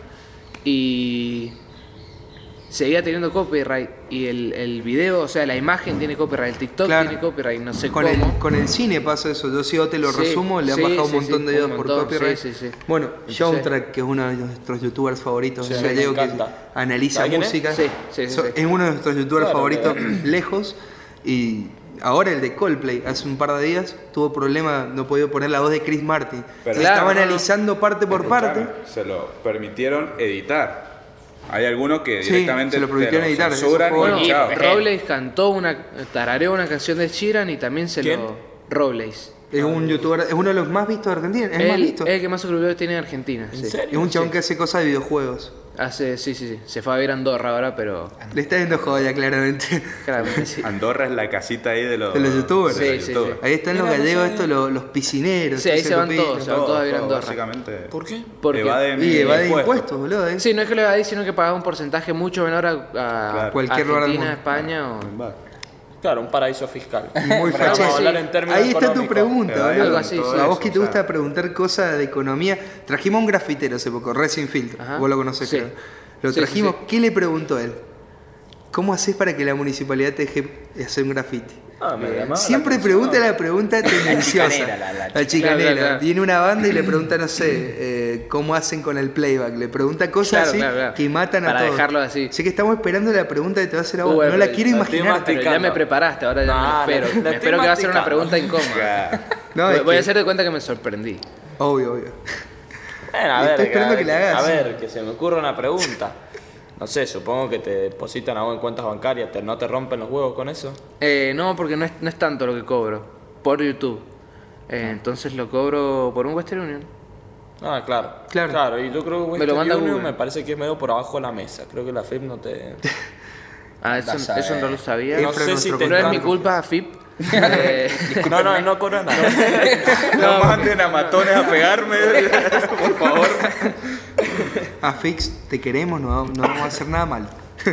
y seguía teniendo copyright. Y el, el video, o sea, la imagen tiene copyright, el TikTok Claro. tiene copyright, no sé Con el, cómo. con el cine pasa eso. Yo si yo te lo Sí, resumo, le han sí, bajado un sí, montón sí, de videos un por montón, copyright. sí, sí, sí. Bueno, Entonces- Soundtrack, que es uno de nuestros youtubers favoritos, Sí, un me gallego que encanta. analiza ¿Sabes quién es? música. Sí, sí, sí, So- sí. Es uno de nuestros youtubers Claro, favoritos claro. lejos. Y ahora el de Coldplay, hace un par de días, tuvo problema, no podía poner la voz de Chris Martin. Pero- Se Claro, estaba no, no. analizando parte por parte. Escuchame, se lo permitieron editar. Hay algunos que Sí, directamente se lo permitieron te editar, eso censuran fue y Bueno, Y- chao. eh, Robles cantó una, tarareó una canción de Sheeran y también se ¿Quién? lo... Robles. Es un youtuber, es uno de los más vistos de Argentina, es Él- más visto. Es el que más suscriptores tiene en Argentina. ¿En sí. serio? Es un chabón Sí. que hace cosas de videojuegos. Hace, sí, sí, sí. Se fue a ver a Andorra ahora, pero Le está yendo joya, claramente. claramente sí. Andorra es la casita ahí de los, De los youtubers. de los Sí, sí, youtubers. Ahí están los Mira, no gallegos, sabía. estos, los, los piscineros. Sí, ahí ese se van grupito. todos, se van todos a vivir a Andorra. Básicamente. ¿Por qué? Porque, Evaden Y evade impuestos. impuestos, boludo. ¿eh? sí, no es que lo evadís, sino que pagás un porcentaje mucho menor a, a Claro. Cualquier lugar del Argentina, mundo. España o... Va. Claro, un paraíso fiscal. Y muy Vamos fachero. a hablar Sí. en términos Ahí está tu económicos. pregunta, Evaden boludo. Algo así, todo sí. A vos eso, que te o gusta sea, preguntar cosas de economía. Trajimos a un grafitero hace poco, Resin Filtro. Ajá. Vos lo conocés, Sí. creo. Lo Sí, trajimos. sí, sí. ¿Qué le preguntó él? ¿Cómo haces para que la municipalidad te deje hacer un graffiti? Ah, me llamaba la Siempre atención. pregunta la pregunta tendenciosa. chicanera, la- la La chicanera. Claro, claro, claro. Viene una banda y le pregunta, no sé, eh, cómo hacen con el playback. Le pregunta cosas Claro, así claro, claro. que matan a Para todos. dejarlo así. Así que estamos esperando la pregunta que te va a hacer a vos. Uh, bueno, no la pero quiero la estoy imaginar. Pero ya me masticando. preparaste, ahora ya Nah, me la- espero. la me estoy espero que va a ser una masticando. pregunta incómoda. No, voy es voy a que- hacer de cuenta que me sorprendí. Obvio, obvio. Bueno, a Y ver, estoy esperando a- que le hagas. A ver, que se me ocurra una pregunta. No sé, supongo que te depositan a vos en cuentas bancarias. ¿te- ¿No te rompen los huevos con eso? Eh, no, porque no es, no es tanto lo que cobro por YouTube. Eh, entonces lo cobro por un Western Union. Ah, claro. Claro. y yo creo que Me lo Western manda Union Google. me parece que es medio por abajo de la mesa. Creo que la F I P no te... Ah, eso, Vas a eso no ver. lo sabía. No Efra, sé si nuestro te No es están- mi culpa, F I P. Eh, No, no, no cobra nada. No manden a matones a pegarme, por favor. A Fix, te queremos, no, no vamos a hacer nada mal.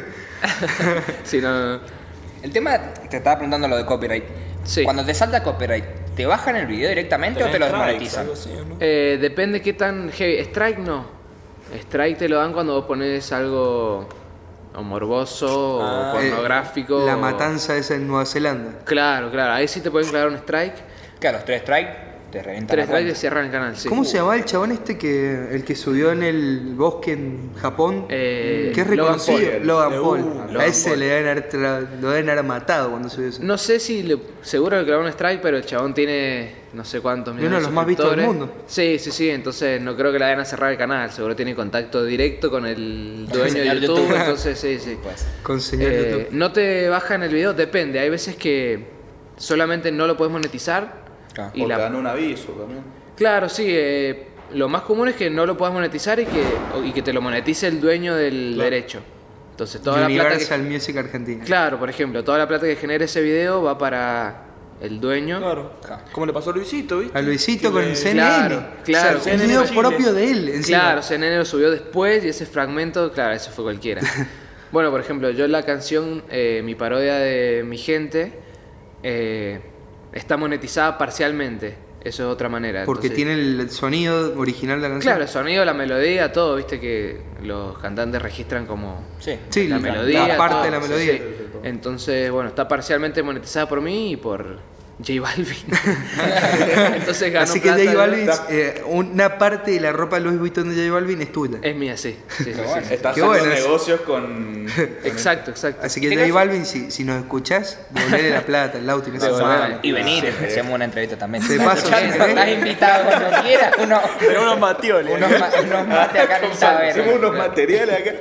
sí, no, no. El tema, te estaba preguntando lo de copyright. Sí. Cuando te salta copyright, ¿te bajan el video directamente o te lo Tenés strikes, desmonetizan? algo así, ¿o no? Eh, depende qué tan heavy. Strike no. Strike te lo dan cuando vos pones algo o morboso Ah, o Eh, pornográfico. La o- matanza esa en Nueva Zelanda. Claro, claro. Ahí sí te pueden clavar un strike. Claro, los tres strikes te revientan Tres la strikes y cuenta. cierran el canal, sí. ¿Cómo se llamaba el chabón este que el que subió en el bosque en Japón? Eh, que es Logan reconocido. Paul. Logan Uh, Paul. Logan a ese Paul. le deben haber, tra- lo deben haber matado cuando subió eso. No sé si le, seguro que clavó un strike, pero el chabón tiene no sé cuántos Y millones uno de los más vistos del suscriptores. mundo. Sí, sí, sí. Entonces no creo que le vayan a cerrar el canal. Seguro tiene contacto directo con el dueño de señor YouTube. YouTube. Entonces, sí, sí. Pues, Con señor Eh, YouTube. no te bajan el video, depende. Hay veces que solamente no lo puedes monetizar. Claro. Y O la- te dan un aviso también. Claro, sí. eh, lo más común es que no lo puedas monetizar y que, o- y que te lo monetice el dueño del derecho. Entonces toda la plata Universal que, Music Argentina. claro, por ejemplo, toda la plata que genere ese video va para el dueño. Claro. Como le pasó a Luisito, ¿viste? A Luisito Que con le- el C N N. Claro, claro. O sea, un video propio de él. encima. Claro, C N N lo subió después y ese fragmento, claro, eso fue cualquiera. Bueno, por ejemplo, yo la canción, eh, mi parodia de Mi Gente, eh, está monetizada parcialmente. Eso es otra manera. Porque Entonces, tiene el sonido original de la canción. claro, el sonido, la melodía, todo, viste que los cantantes registran como sí. Sí, la la, melodía. la parte todo, de la sí, melodía. sí. Entonces, bueno, está parcialmente monetizada por mí y por J Balvin. Entonces ganó Así que plata J de- Balvin, eh, una parte de la ropa Louis Vuitton de J Balvin es tuya. Es mía, sí. Sí, sí, sí, bueno. sí. Está Qué haciendo bueno eso. negocios con... Exacto, exacto. Así que ¿Qué J caso? Balvin, si, si nos escuchás, devolverle la plata, el Lauti, no se Devolverle. sabe. Y venir, hacemos una entrevista también. De paso, si Estás querés. invitado cuando quieras. Uno, Pero unos matioles. unos, ma- unos mate acá en el Hacemos taberna. unos materiales acá.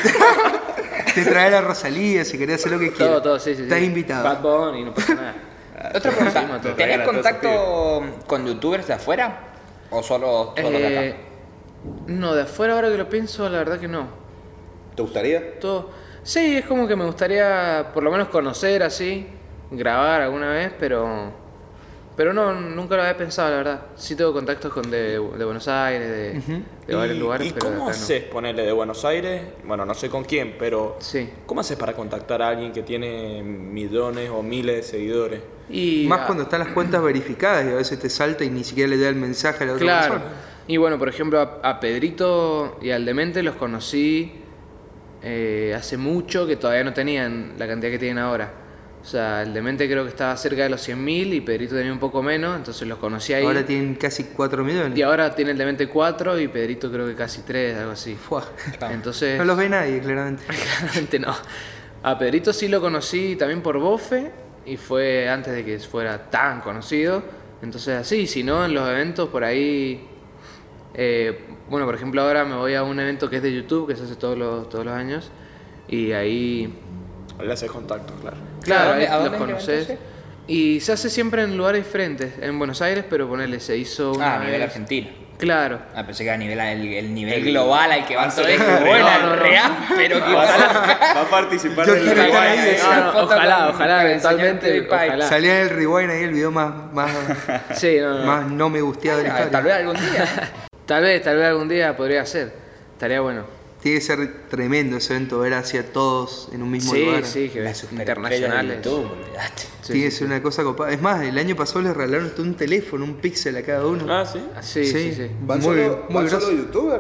Te trae la Rosalía, si querés hacer lo que quieras. Todo, todo, sí, sí. Estás sí. invitado. Bad Bunny, no pasa nada. Otra pregunta, Seguimos todo. ¿tenés Regala todo contacto con youtubers de afuera? ¿O solo, solo de Eh, acá? no, de afuera ahora que lo pienso, la verdad que no. ¿Te gustaría? Todo. Sí, es como que me gustaría por lo menos conocer así, grabar alguna vez, pero pero no, nunca lo había pensado, la verdad. Sí tengo contactos con de, de Buenos Aires, de, de varios ¿Y, lugares, ¿y pero de cómo acá no. haces ponerle de Buenos Aires? Bueno, no sé con quién, pero Sí. ¿cómo haces para contactar a alguien que tiene millones o miles de seguidores? Y Más ah, cuando están las cuentas verificadas y a veces te salta y ni siquiera le da el mensaje a la otra Claro. persona. Y bueno, por ejemplo, a, a Pedrito y al Demente los conocí eh, hace mucho, que todavía no tenían la cantidad que tienen ahora. O sea, el Demente creo que estaba cerca de los cien mil y Pedrito tenía un poco menos, entonces los conocí ahí. Ahora tienen casi cuatro millones. Y ahora tiene el Demente cuatro y Pedrito creo que casi tres, algo así. Fua. Entonces, No los ve nadie, claramente. claramente no. A Pedrito sí lo conocí también por Bofe y fue antes de que fuera tan conocido. Entonces así, si no, en los eventos por ahí... eh, bueno, por ejemplo, ahora me voy a un evento que es de YouTube, que se hace todos los, todos los años. Y ahí... Le haces contacto, claro. Claro, ¿A dónde- ahí a los dónde es el conoces. evento Y se hace siempre en lugares diferentes. En Buenos Aires, pero ponele, se hizo una Ah, a nivel vez- argentino. Claro. Ah, pensé que era a nivel, el, el nivel global al que van todos. el Bueno, real, el no, no. real, pero que Va va a, va a participar Yo del quiero estar rewind. ahí, eh. No, no, foto ojalá, con- ojalá, con el eventualmente, señor PewDiePie. ojalá. Salía en el rewind ahí el video más, más, Sí, no, no. más no me gusteado de la Ah, historia. tal vez algún día. Tal vez, tal vez algún día podría ser. Estaría bueno. Tiene que ser tremendo ese evento, ver hacia todos en un mismo Sí, lugar. sí, que Las ves superestrellas internacionales. de YouTube, olvidate. Sí, Tiene que sí, ser una cosa copada. Es más, el año pasado les regalaron todo un teléfono, un píxel a cada uno. Ah, sí. sí, sí, sí. ¿Van, Muy, solo, muy ¿van grosso. solo youtuber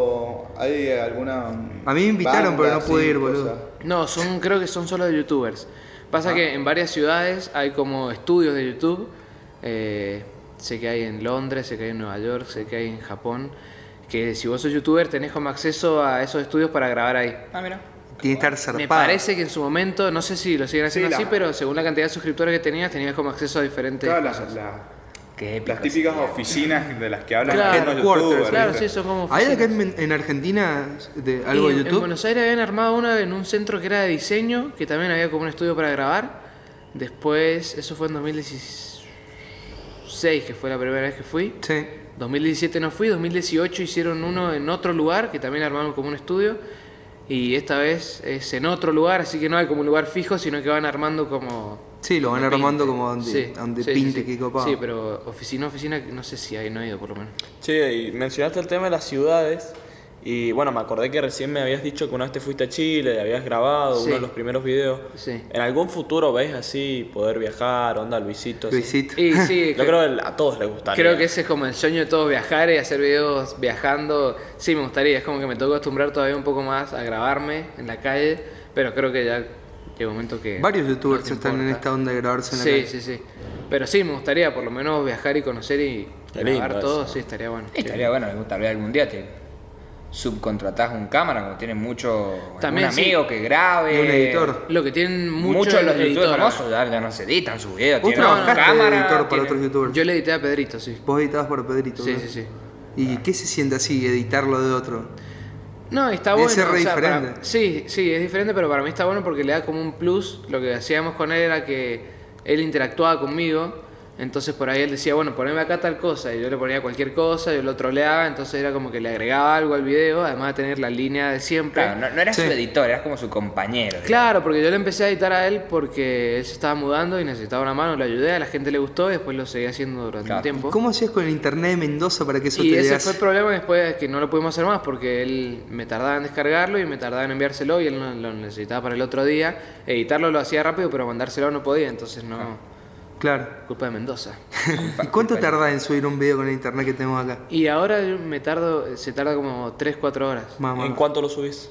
o hay alguna. A mí me invitaron, pero no banda, pude así, ir, boludo. cosa? No, son, creo que son solo de youtubers. Pasa Ah. que en varias ciudades hay como estudios de YouTube. Eh, sé que hay en Londres, sé que hay en Nueva York, sé que hay en Japón. Que si vos sos youtuber tenés como acceso a esos estudios para grabar ahí. Ah, mira. Tiene que estar zarpado. Me parece que en su momento, no sé si lo siguen haciendo Sí, así, la- pero según la cantidad de suscriptores que tenías, tenías como acceso a diferentes Claro, las, cosas. las- Qué épico. las típicas oficinas de las que hablan Claro, algunos headquarters, youtubers. Claro, ¿viste? sí, son como ¿Hay acá oficinas. en, en Argentina de Y algo de en- En YouTube? Buenos Aires habían armado una en un centro que era de diseño, que también había como un estudio para grabar. Después, eso fue en dos mil dieciséis, que fue la primera vez que fui. Sí. dos mil diecisiete no fui, dos mil dieciocho hicieron uno en otro lugar, que también armaron como un estudio. Y esta vez es en otro lugar, así que no hay como un lugar fijo, sino que van armando como... Sí, lo van donde armando pinte. como donde, Sí, donde sí, sí, pinte, sí. qué copado. Sí, pero oficina, oficina, no sé si hay, no he ido por lo menos. Che, y mencionaste el tema de las ciudades. Y bueno, me acordé que recién me habías dicho que una vez te fuiste a Chile, habías grabado Sí. uno de los primeros videos. Sí. ¿En algún futuro ves así poder viajar, onda Luisito? así? Luisito. Y sí, Yo creo que a todos les gustaría. creo que ese es como el sueño de todos, viajar y hacer videos viajando. Sí, me gustaría, es como que me tengo que acostumbrar todavía un poco más a grabarme en la calle, pero creo que ya llega un momento que... Varios youtubers no te están en importa. esta onda de grabarse en la Sí, calle. sí, sí. Pero sí, me gustaría por lo menos viajar y conocer y Qué grabar lindo todo, eso. sí, estaría bueno. Sí, estaría bueno, tal vez algún día te subcontratás un cámara, como tienen mucho También, un sí. amigo que grabe. Y un editor. Lo que tienen muchos Muchos de los youtubers editores. famosos ya, ya no se editan sus videos. Vos Tienen una trabajaste de cámara. editor para tienen- otros youtubers. Yo le edité a Pedrito, sí. Vos editabas para Pedrito. Sí, ¿no? sí, sí. ¿Y qué se siente así, editarlo de otro? No, está Debe bueno. ser re o sea, para- diferente. sí, sí, es diferente, pero para mí está bueno porque le da como un plus. Lo que hacíamos con él era que él interactuaba conmigo. Entonces por ahí él decía, bueno, poneme acá tal cosa. Y yo le ponía cualquier cosa, yo lo troleaba. Entonces era como que le agregaba algo al video, además de tener la línea de siempre. Claro, no, no eras Sí. su editor, eras como su compañero. Claro, porque yo le empecé a editar a él porque él se estaba mudando y necesitaba una mano, lo ayudé, a la gente le gustó y después lo seguí haciendo durante Claro. un tiempo. ¿Cómo hacías con el internet de Mendoza para que eso Y te ese llegase? fue el problema después que no lo pudimos hacer más porque él me tardaba en descargarlo y me tardaba en enviárselo y él no- lo necesitaba para el otro día. Editarlo lo hacía rápido, pero mandárselo no podía, entonces no. Claro. Culpa de Mendoza. ¿Y cuánto tardás en subir un video con el internet que tenemos acá? Y ahora yo me tardo, se tarda como tres cuatro horas. Mamá. ¿En cuánto lo subís?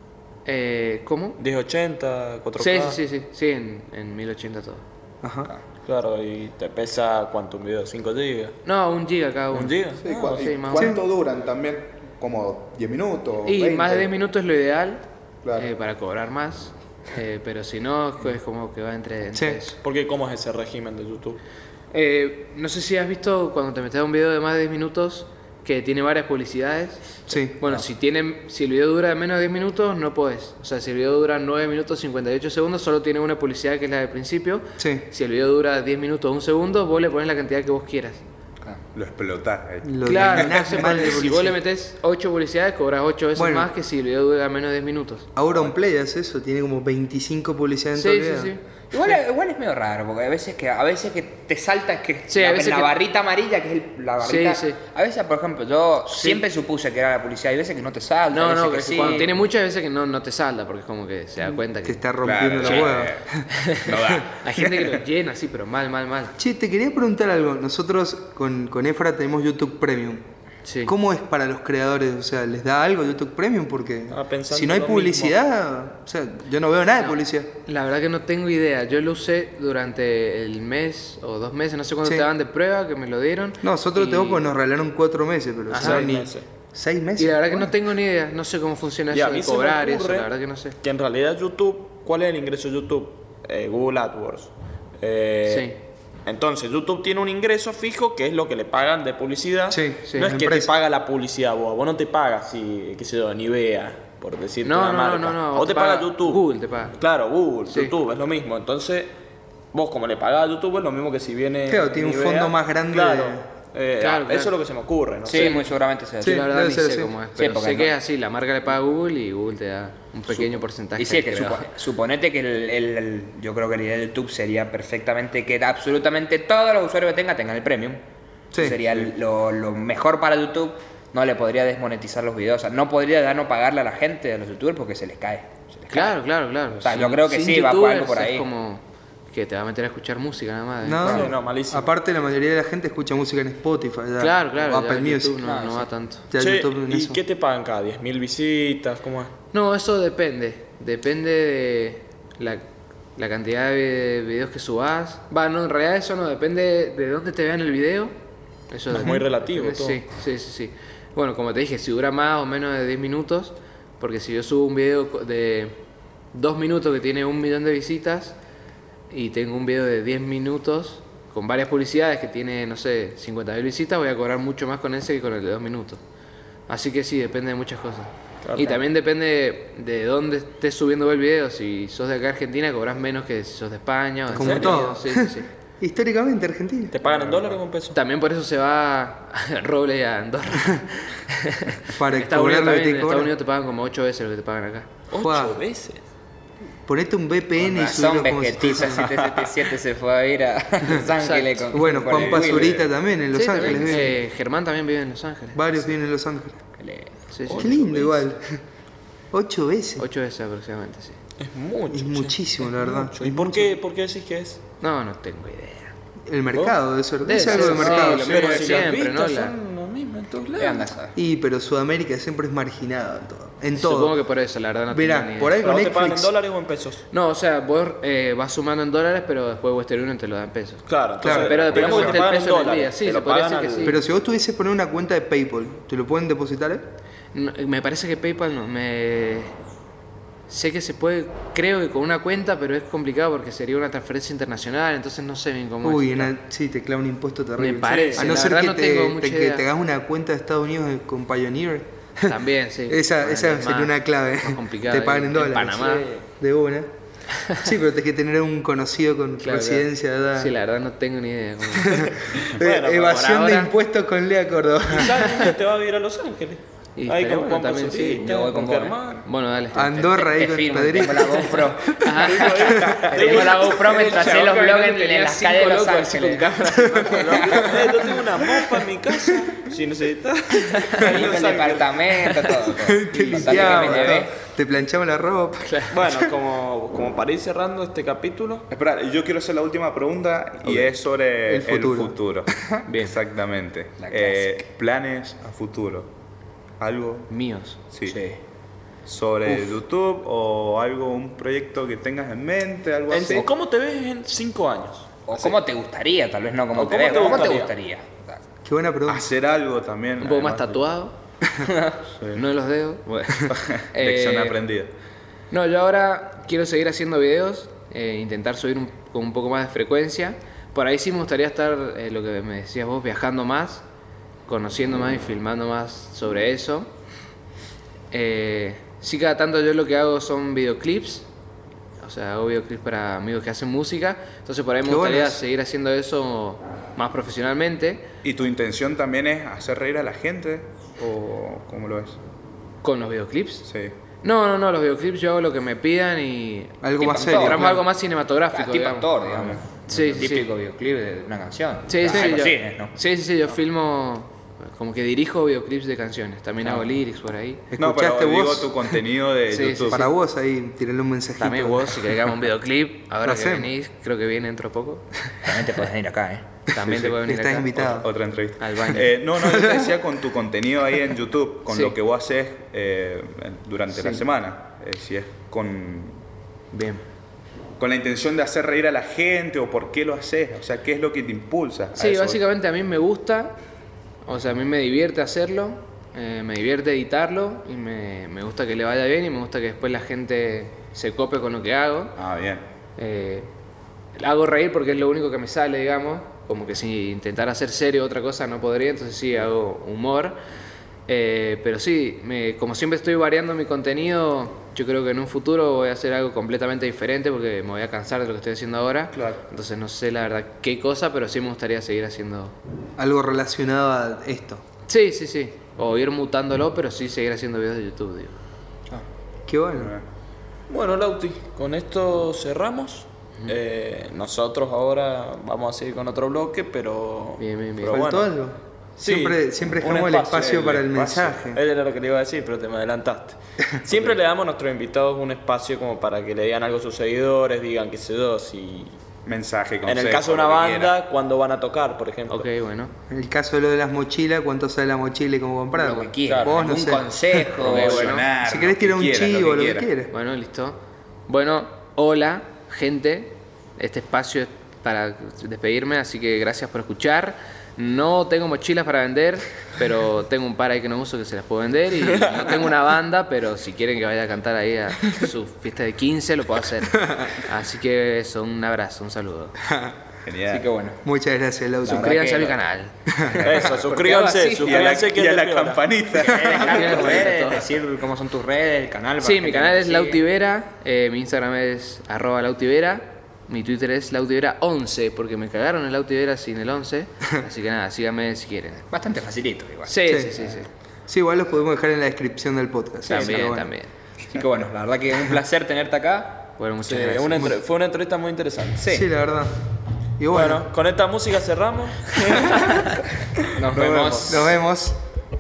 Eh, ¿Cómo? ¿diez ochenta, cuatro K? Sí, sí, sí, sí, sí, en, en mil ochenta todo. Ajá. Claro, y te pesa cuánto un video, cinco gigas. No, un giga cada uno. ¿Un giga? Sí, Ah, cua- sí, ¿y más o ¿Cuánto duran también? ¿Como diez minutos? Y veinte? más de diez minutos es lo ideal Claro. eh, para cobrar más. Eh, pero si no, es como que va entre, entre Sí. eso. ¿Por qué? ¿Cómo es ese régimen de YouTube? Eh, no sé si has visto cuando te metes a un video de más de diez minutos que tiene varias publicidades. Sí. Bueno, si, tiene, si el video dura menos de diez minutos, no podés. O sea, si el video dura nueve minutos cincuenta y ocho segundos, solo tiene una publicidad que es la del principio. Sí. Si el video dura diez minutos o un segundo, vos le pones la cantidad que vos quieras. Lo explotás ahí. Lo claro, llenás entonces, mal de ponele, si publicidad. vos le metés ocho publicidades, cobras ocho veces Bueno. más que si el video dura menos de diez minutos. Ahora un play hace eso, tiene como veinticinco publicidades en todo Sí, el sí, video. sí. Igual, igual es medio raro, porque a veces que a veces que te salta es que Sí, la, a veces la que- barrita amarilla, que es el- la Sí, barrita. sí. A veces, por ejemplo, yo Sí. siempre supuse que era la publicidad, hay veces que no te salta, hay No, veces no, que que sí. cuando tiene muchas veces que no, no te salta, porque es como que se da cuenta Te que está rompiendo Claro, la sí. hueva. No da. hay gente que lo llena así, pero mal, mal, mal. Che, te quería preguntar algo. Nosotros con, con Efra tenemos YouTube Premium. Sí. ¿Cómo es para los creadores? O sea, ¿les da algo YouTube Premium? Porque Estaba pensando si no hay lo publicidad, o sea, yo no veo nada de publicidad. La verdad que no tengo idea. Yo lo usé durante el mes o dos meses, no sé cuándo Sí. te daban de prueba, que me lo dieron. Nosotros Y- tenemos porque nos regalaron cuatro meses, pero Ajá. o sea, Seis ni meses. seis meses. Y la verdad que Bueno. no tengo ni idea. No sé cómo funciona Y a eso mí de se me cobrar y eso. ocurre La verdad que no sé. Que en realidad YouTube, ¿cuál es el ingreso de YouTube? Eh, Google AdWords. Eh, Entonces, YouTube tiene un ingreso fijo que es lo que le pagan de publicidad. Sí, sí, no es la que empresa. te paga la publicidad vos, vos no te pagas, si, qué sé yo, Nivea, por decirte No, una no, marca. no, no, no. Vos te, te paga paga YouTube. Google te paga. Claro, Google, Sí. YouTube, es lo mismo. Entonces, vos como le pagás a YouTube es lo mismo que si viene... Claro, tiene un Nivea. fondo más grande Claro, de- eh, Claro, eso claro. es lo que se me ocurre, ¿no? Sí, sé. muy seguramente sea Sí. así. Yo la verdad debe ni ser sé así. cómo es, Sí, pero porque sé no- que es así, la marca le paga a Google y Google te da un pequeño porcentaje. Y sí, es que creo. supo- suponete que el, el- el- yo creo que la idea de YouTube sería perfectamente que absolutamente todos los usuarios que tenga tengan el premium. Sí. Sería el- lo, lo mejor para YouTube. No le podría desmonetizar los videos. O sea, no podría ya no pagarle a la gente, a los youtubers, porque se les cae. Se les cae. Claro, claro, claro. O sea, Sin- yo creo que sin sí, va por algo youtubers por ahí. Es como que te va a meter a escuchar música nada más. ¿eh? No, Sí, no, malísimo. aparte la mayoría de la gente escucha música en Spotify, ya, Claro, claro. o ya Apple YouTube Music. no, No, no sí. va tanto. Ya Che, YouTube en ¿y eso. qué te pagan cada diez mil visitas? ¿Cómo es? No, eso depende. Depende de la, la cantidad de videos que subas. Va, no, en realidad eso no depende de dónde te vean el video. Eso Es depende. muy relativo todo. Sí, sí, sí, sí. Bueno, como te dije, si dura más o menos de diez minutos, porque si yo subo un video co- de dos minutos que tiene un millón de visitas y tengo un video de diez minutos con varias publicidades que tiene, no sé, cincuenta mil visitas, voy a cobrar mucho más con ese que con el de dos minutos. Así que sí, depende de muchas cosas. Claro. Y también depende de dónde estés subiendo el video. Si sos de acá Argentina, cobras menos que si sos de España o de Como Estados todo. Unidos. Sí, sí, sí. Históricamente Argentina. ¿Te pagan en dólares o en pesos? También por eso se va a Roble y a Andorra. Para En Estados Unidos, cobrar lo que también, te en Estados cobran. Unidos te pagan como ocho veces lo que te pagan acá. ¿Ocho Juan. veces? Ponete un V P N y Razón, subilo como si Vegetita fuese- siete siete siete se fue a ir a Los Ángeles con, Bueno, con Juan el Pazurita Will. también en Los Sí, Ángeles. también, vive. eh, Germán también vive en Los Ángeles. Varios viven en Los Ángeles. Que le- Sí, sí. Qué lindo igual. Ocho veces. Ocho veces aproximadamente, sí. Es mucho. Es che. muchísimo, la verdad. ¿Y por qué, por qué decís que es? No, no tengo idea. El mercado, eso Debe es algo de ser, sí, mercado. lo mismo Pero de si las siempre, vistas ¿no? La- son lo mismo en todos ¿Qué lados. andas a ver? Y pero Sudamérica siempre es marginado en todo. En todo. Supongo que por eso, la verdad no Verá, tengo ni idea. por ahí ¿Pero con vos te pagan en Netflix. dólares o en pesos? No, o sea, vos eh, vas sumando en dólares, pero después Western Union te lo da en pesos. Claro, Claro. entonces, Pero depende digamos cómo que esté te el pagan en peso en el dólares, día. Sí, te se lo podría pagan decir que al- sí. Pero si vos tuvieses poner una cuenta de PayPal, ¿te lo pueden depositar? Eh? No, me parece que PayPal no me... Sé que se puede, creo que con una cuenta, pero es complicado porque sería una transferencia internacional, entonces no sé bien cómo Uy, es. una- sí, te clava un impuesto terrible. Me parece, A no la ser verdad que, no te, tengo mucha te- que idea. te hagas una cuenta de Estados Unidos eh, con Pioneer. También, sí. Esa, Bueno, esa es sería más- una clave. más complicado Te ahí. pagan en dólares. Panamá. De una. Sí, pero tenés que tener un conocido con Claro, residencia. claro. ¿verdad? Sí, la verdad no tengo ni idea. cómo- Eh, Bueno, evasión por de ahora- impuestos con Lea Córdoba. Quizás te va a vivir a Los Ángeles. Y Ahí estaría con bueno Juan también, sí. Pazurita, Yo voy con con vos, Germán. Bueno, dale. Andorra ahí Te con filmo, Pedrito. tengo la GoPro. tengo la GoPro mientras hacé los vlogs en, en las calles de Los Ángeles. Eh, Yo tengo una mopa en mi casa. Si necesitas. Ahí en el departamento, todo. todo. Te Total, que me limpiamos, llevé. ¿no? Te planchamos la ropa. Bueno, como, como para ir cerrando este capítulo. Espera, yo quiero hacer la última pregunta y es sobre El el futuro. futuro. Bien. Exactamente. La Eh, planes a futuro. ¿Algo? Míos. Sí. Sí. Sobre YouTube o algo, un proyecto que tengas en mente, algo En- así. ¿Cómo te ves en cinco años? O cómo te gustaría, tal vez no como O te cómo ves. te ¿Cómo te gustaría? gustaría? Qué buena pregunta. Hacer algo también. Un poco más además de- tatuado. No en los dedos. Bueno. Lección Eh, aprendida. No, yo ahora quiero seguir haciendo videos, eh, intentar subir un, con un poco más de frecuencia. Por ahí sí me gustaría estar, eh, lo que me decías vos, viajando más, conociendo más y filmando más sobre eso. Eh, sí, cada tanto yo lo que hago son videoclips, o sea, hago videoclips para amigos que hacen música, entonces por ahí me Qué gustaría buenas. seguir haciendo eso más profesionalmente, ¿Y tu intención también es hacer reír a la gente? ¿O cómo lo ves? con los videoclips. Sí. No, no, no, los videoclips yo hago lo que me pidan y Algo Tipo más actor, serio. digamos claro. algo más cinematográfico. Tipo digamos. actor, digamos. Sí, El sí, típico sí. videoclip de una canción. Sí, sí, Algo yo, así es, ¿no? sí, sí, sí, yo filmo, como que dirijo videoclips de canciones, también Ah. hago lyrics por ahí. No, pero ¿Escuchaste digo vos? tu contenido de Sí, sí, YouTube. Para vos ahí, tirarle un mensajito. También vos, si querés que haga un videoclip, ahora Lo que hacemos. venís, creo que viene dentro de poco, También te puedes venir acá, ¿eh? también te puede venir Estás acá. invitado. Otra entrevista. Al baño. Eh, no, no, yo te decía con tu contenido ahí en YouTube, con Sí. lo que vos haces eh, durante la Sí. semana. Eh, si es con, Bien. con la intención de hacer reír a la gente o por qué lo haces. O sea, ¿qué es lo que te impulsa? a Sí, eso? básicamente a mí me gusta, o sea, a mí me divierte hacerlo, eh, me divierte editarlo y me, me gusta que le vaya bien y me gusta que después la gente se cope con lo que hago. Ah, bien. Eh, hago reír porque es lo único que me sale, digamos. Como que si intentara hacer serio otra cosa no podría, entonces sí hago humor. Eh, pero sí, me- como siempre estoy variando mi contenido, yo creo que en un futuro voy a hacer algo completamente diferente porque me voy a cansar de lo que estoy haciendo ahora. Claro. Entonces no sé la verdad qué cosa, pero sí me gustaría seguir haciendo... Algo relacionado a esto. Sí, sí, sí. O ir mutándolo, pero sí seguir haciendo videos de YouTube, digo. Qué bueno. Bueno, Lauti, con esto cerramos. Eh, nosotros ahora vamos a seguir con otro bloque, pero... Bien, bien, bien. pero ¿Faltó bueno. algo? Sí, siempre siempre un dejamos el espacio el para el espacio. mensaje. Eso era lo que le iba a decir, pero te me adelantaste. Siempre le damos a nuestros invitados un espacio como para que le digan algo a sus seguidores, digan qué sé yo, si... Mensaje, En consejo, el caso de una lo que banda, quiera. ¿cuándo van a tocar, por ejemplo? Ok, bueno. En el caso de lo de las mochilas, ¿cuánto sale la mochila y cómo comprarla? Lo que quieras, Vos, no algún sé. consejo. Ok, bueno. Promocionar, Si querés lo tirar que un quieras, chivo, lo que quieras. quieras. Bueno, listo. Bueno, hola, gente. Este espacio es para despedirme, así que gracias por escuchar. No tengo mochilas para vender, pero tengo un par ahí que no uso que se las puedo vender. Y no tengo una banda, pero si quieren que vaya a cantar ahí a su fiesta de quince, lo puedo hacer. Así que eso, un abrazo, un saludo. Genial. Así que bueno. Muchas gracias, Lau. Suscríbanse a mi que- canal. Eso, suscríbanse, así. Y a la, suscríbanse que y a es la de piola. campanita. Dejar tus redes, Todo. decir cómo son tus redes, el canal. para Sí, la mi gente canal que es te sigue. Lautivera, eh, mi Instagram es arroba lautivera, mi Twitter es lautivera once, porque me cagaron el Lautivera sin el once, así que nada, síganme si quieren. Bastante facilito igual. Sí, Sí. sí, sí, sí. Sí, igual los podemos dejar en la descripción del podcast. También, pero bueno. también. Así que bueno, la verdad que es un placer tenerte acá. Bueno, muchas Sí, gracias. una entre- fue una entrevista muy interesante. Sí. Sí, la verdad. Y bueno, Bueno, con esta música cerramos. Nos nos vemos. vemos. Nos vemos.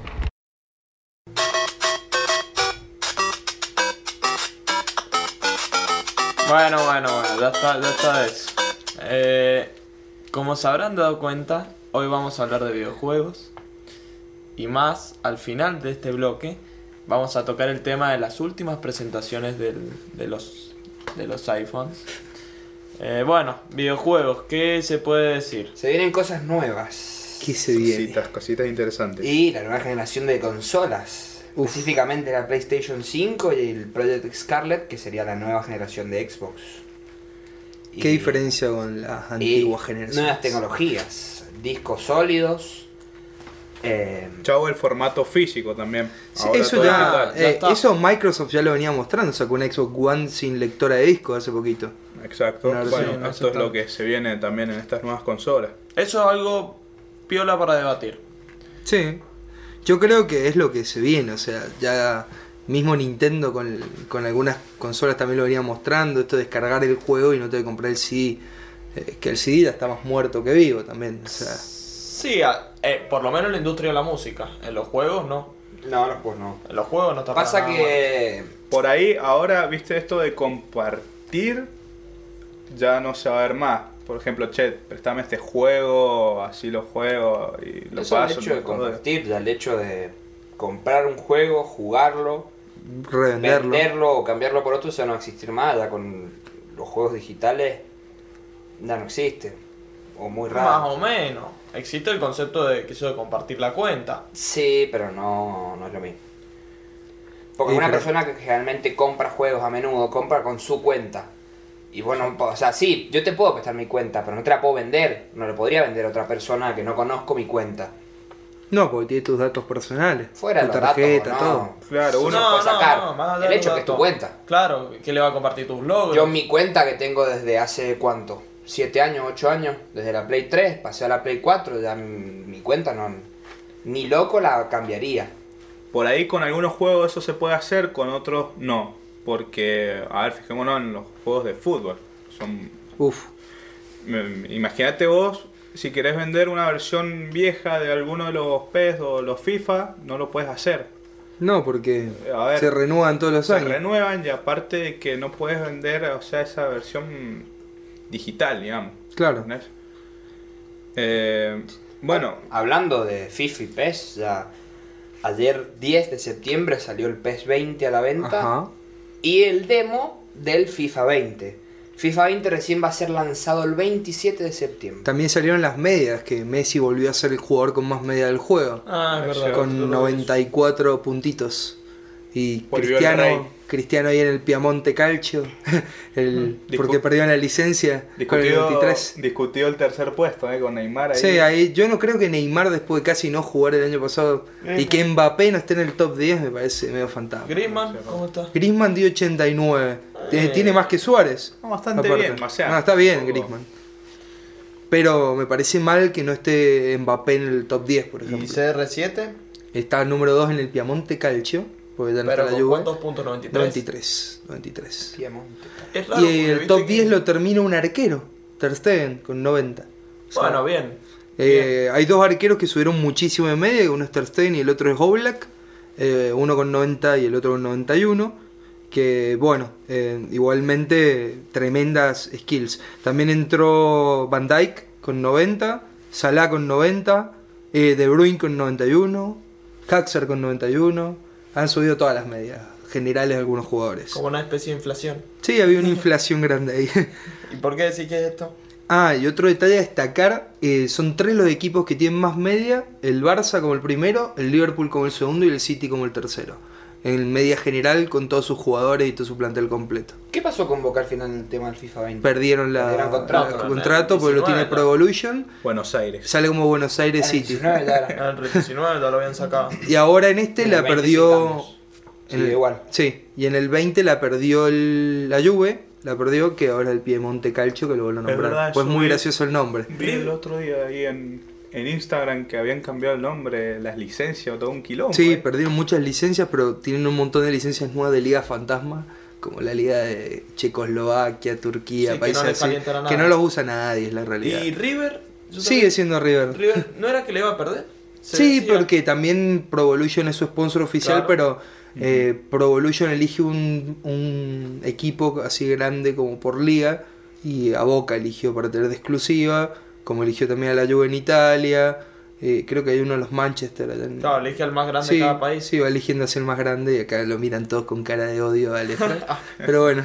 Bueno, bueno, bueno, ya está, ya está eso. Eh, como se habrán dado cuenta, hoy vamos a hablar de videojuegos. Y más, al final de este bloque, vamos a tocar el tema de las últimas presentaciones del- de, los, de los iPhones. Eh, bueno, videojuegos, ¿qué se puede decir? Se vienen cosas nuevas. ¿Qué se viene? Cositas, cositas interesantes. Y la nueva generación de consolas. Uf. Específicamente la PlayStation cinco y el Project Scarlet, que sería la nueva generación de Xbox. ¿Qué Y- diferencia con las y antiguas generaciones? Nuevas tecnologías, discos sólidos. eh, Chau, el formato físico también. Sí, Ahora eso todo ya, digital. ya eh, está. eso Microsoft ya lo venía mostrando, sacó un Xbox One sin lectora de disco hace poquito. Exacto. Una Bueno, versión, no esto es sé lo tanto. que se viene también en estas nuevas consolas. Eso es algo piola para debatir. Sí, yo creo que es lo que se viene, o sea, ya mismo Nintendo con, con algunas consolas también lo venía mostrando, esto de descargar el juego y no te de comprar el C D, eh, que el C D ya está más muerto que vivo también, o sea, Sí, a- eh, por lo menos en la industria de la música. En los juegos no. no, no, pues no. En los juegos no está para Pasa nada que. Por ahí, ahora, viste esto de compartir, ya no se va a ver más. Por ejemplo, che, préstame este juego, así lo juego y lo Eso el paso. hecho de me acuerdo. compartir, ya el hecho de comprar un juego, jugarlo, revenderlo. venderlo o cambiarlo por otro, eso no va a existir más. Ya con los juegos digitales ya no existe. O muy Más raro. o menos. Existe el concepto de que eso de compartir la cuenta. Sí, pero no, no es lo mismo. Porque Sí, una pero- persona que generalmente compra juegos a menudo, compra con su cuenta. Y bueno, o sea, sí, yo te puedo prestar mi cuenta, pero no te la puedo vender. No le podría vender a otra persona que no conozco mi cuenta. No, porque tiene tus datos personales, Fuera tu los tarjeta, datos, no. todo. Claro, Eso uno no puede sacar. más allá El de hecho los que es tu datos. cuenta. Claro, que le va a compartir tus logros. Yo mi cuenta que tengo desde hace cuánto, siete años, ocho años, desde la Play tres, pasé a la Play cuatro, ya mi, mi cuenta no, ni loco la cambiaría. Por ahí con algunos juegos eso se puede hacer, con otros no. Porque, a ver, fijémonos en los juegos de fútbol. Son, Uf, me- imagínate vos, si querés vender una versión vieja de alguno de los P E S o los FIFA, no lo puedes hacer. no, porque A ver, se renuevan todos los Se años. renuevan y aparte de que no puedes vender, o sea, esa versión digital, digamos. Claro. ¿Entendés? Eh, bueno, Hablando de FIFA y P E S, ya ayer diez de septiembre salió el P E S veinte a la venta Ajá. y el demo del FIFA veinte. FIFA veinte recién va a ser lanzado el veintisiete de septiembre. También salieron las medias, que Messi volvió a ser el jugador con más media del juego. Ah, es verdad. Con noventa y cuatro puntitos. Y Volvió el Cristiano, rey. Cristiano ahí en el Piemonte Calcio, el, Discu- porque perdió la licencia con el Discutió, veintitrés. discutió el tercer puesto eh, con Neymar ahí. Sí, ahí, yo no creo que Neymar, después de casi no jugar el año pasado, Eh, y que Mbappé no esté en el top diez, me parece medio fantasma. Griezmann, ¿cómo está? Griezmann dio ochenta y nueve. Tiene, Eh. tiene más que Suárez. No, bastante aparte. bien, o sea, no, está bien tampoco- Griezmann. Pero me parece mal que no esté Mbappé en el top diez, por ¿Y ejemplo. C R siete? Está número dos en el Piemonte Calcio, porque ya no ¿Pero está la con Juve. cuántos puntos? ¿noventa y tres? noventa y tres. noventa y tres. Piemonte. Es raro, Y porque el viste top que- diez lo termina un arquero, Ter Stegen, con noventa. O sea, Bueno, bien. eh, hay dos arqueros que subieron muchísimo de media, uno es Ter Stegen y el otro es Oblak, eh, uno con noventa y el otro con noventa y uno, que bueno, eh, igualmente tremendas skills. También entró Van Dijk con noventa, Salah con noventa, eh, De Bruyne con noventa y uno, Haxer con noventa y uno, han subido todas las medias generales de algunos jugadores. Como una especie de inflación. Sí, había una inflación grande ahí. ¿Y por qué decís que es esto? Ah, y otro detalle a destacar, eh, son tres los equipos que tienen más media, el Barça como el primero, el Liverpool como el segundo y el City como el tercero. En media general con todos sus jugadores y todo su plantel completo. ¿Qué pasó con Boca al final en el tema del FIFA veinte? Perdieron la, Perdieron contrato. la- No, contrato porque lo tiene diecinueve, Pro Evolution, Buenos Aires. sale como Buenos Aires Ah, en el City. diecinueve ya era. En el diecinueve ya lo habían sacado. Y ahora en este En la el veinte perdió... sí, en Sí, el- igual. Sí, y en el veinte la perdió el- la Juve, la perdió, que ahora el Piemonte Calcio, que lo vuelvo a Es nombrar. verdad, Pues eso muy vi. gracioso el nombre. Vi el otro día ahí en, en Instagram que habían cambiado el nombre, las licencias o todo un quilombo. Sí, eh. perdieron muchas licencias, pero tienen un montón de licencias nuevas de Liga Fantasma, como la Liga de Checoslovaquia, Turquía, Sí, que países no les así, calientan a nada. que no los usa nadie, es la realidad. ¿Y River? Yo Sigue también- siendo River. River, ¿no era que le iba a perder? Se Sí, decía. porque también Pro Evolution es su sponsor oficial, Claro. pero eh, Pro Evolution elige un, un equipo así grande como por liga, y a Boca eligió para tener de exclusiva, como eligió también a la Juve en Italia, eh, creo que hay uno de los Manchester allá en- Claro, elige al más grande Sí, de cada país. sí, va eligiendo así el más grande y acá lo miran todos con cara de odio a Lefra. Pero bueno,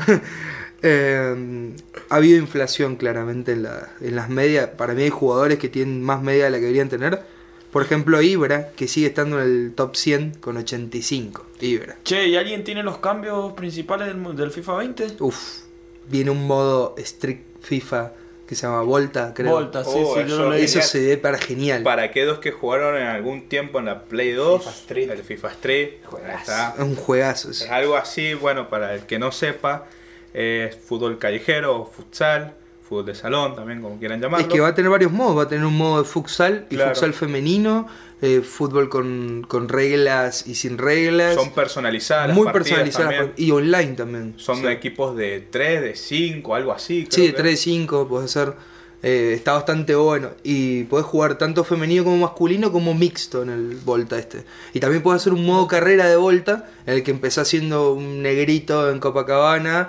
eh, ha habido inflación claramente en, la, en las medias. Para mí hay jugadores que tienen más media de la que deberían tener. Por ejemplo, Ibra, que sigue estando en el top cien con ochenta y cinco. Ibra. Che, ¿y alguien tiene los cambios principales del, del FIFA veinte? Uf, viene un modo strict FIFA que se llama Volta, creo. Volta, sí, Oh, sí, yo eso lo leí. Eso se ve para genial. Para aquellos que jugaron en algún tiempo en la Play dos, FIFA Street. el FIFA Street, Juegazo. está. Es un juegazo. ese. Es algo así, bueno, para el que no sepa, es fútbol callejero, futsal, fútbol de salón, también como quieran llamarlo. Es que va a tener varios modos, va a tener un modo de futsal y Claro. futsal femenino, eh, fútbol con, con reglas y sin reglas, Son personalizadas las muy partidas personalizadas también. y online también. Son Sí. equipos de tres, de cinco, algo así. Sí, de creo que. tres, cinco, puedes hacer. Eh, está bastante bueno. Y podés jugar tanto femenino como masculino como mixto en el Volta este. Y también podés hacer un modo carrera de Volta, en el que empezás siendo un negrito en Copacabana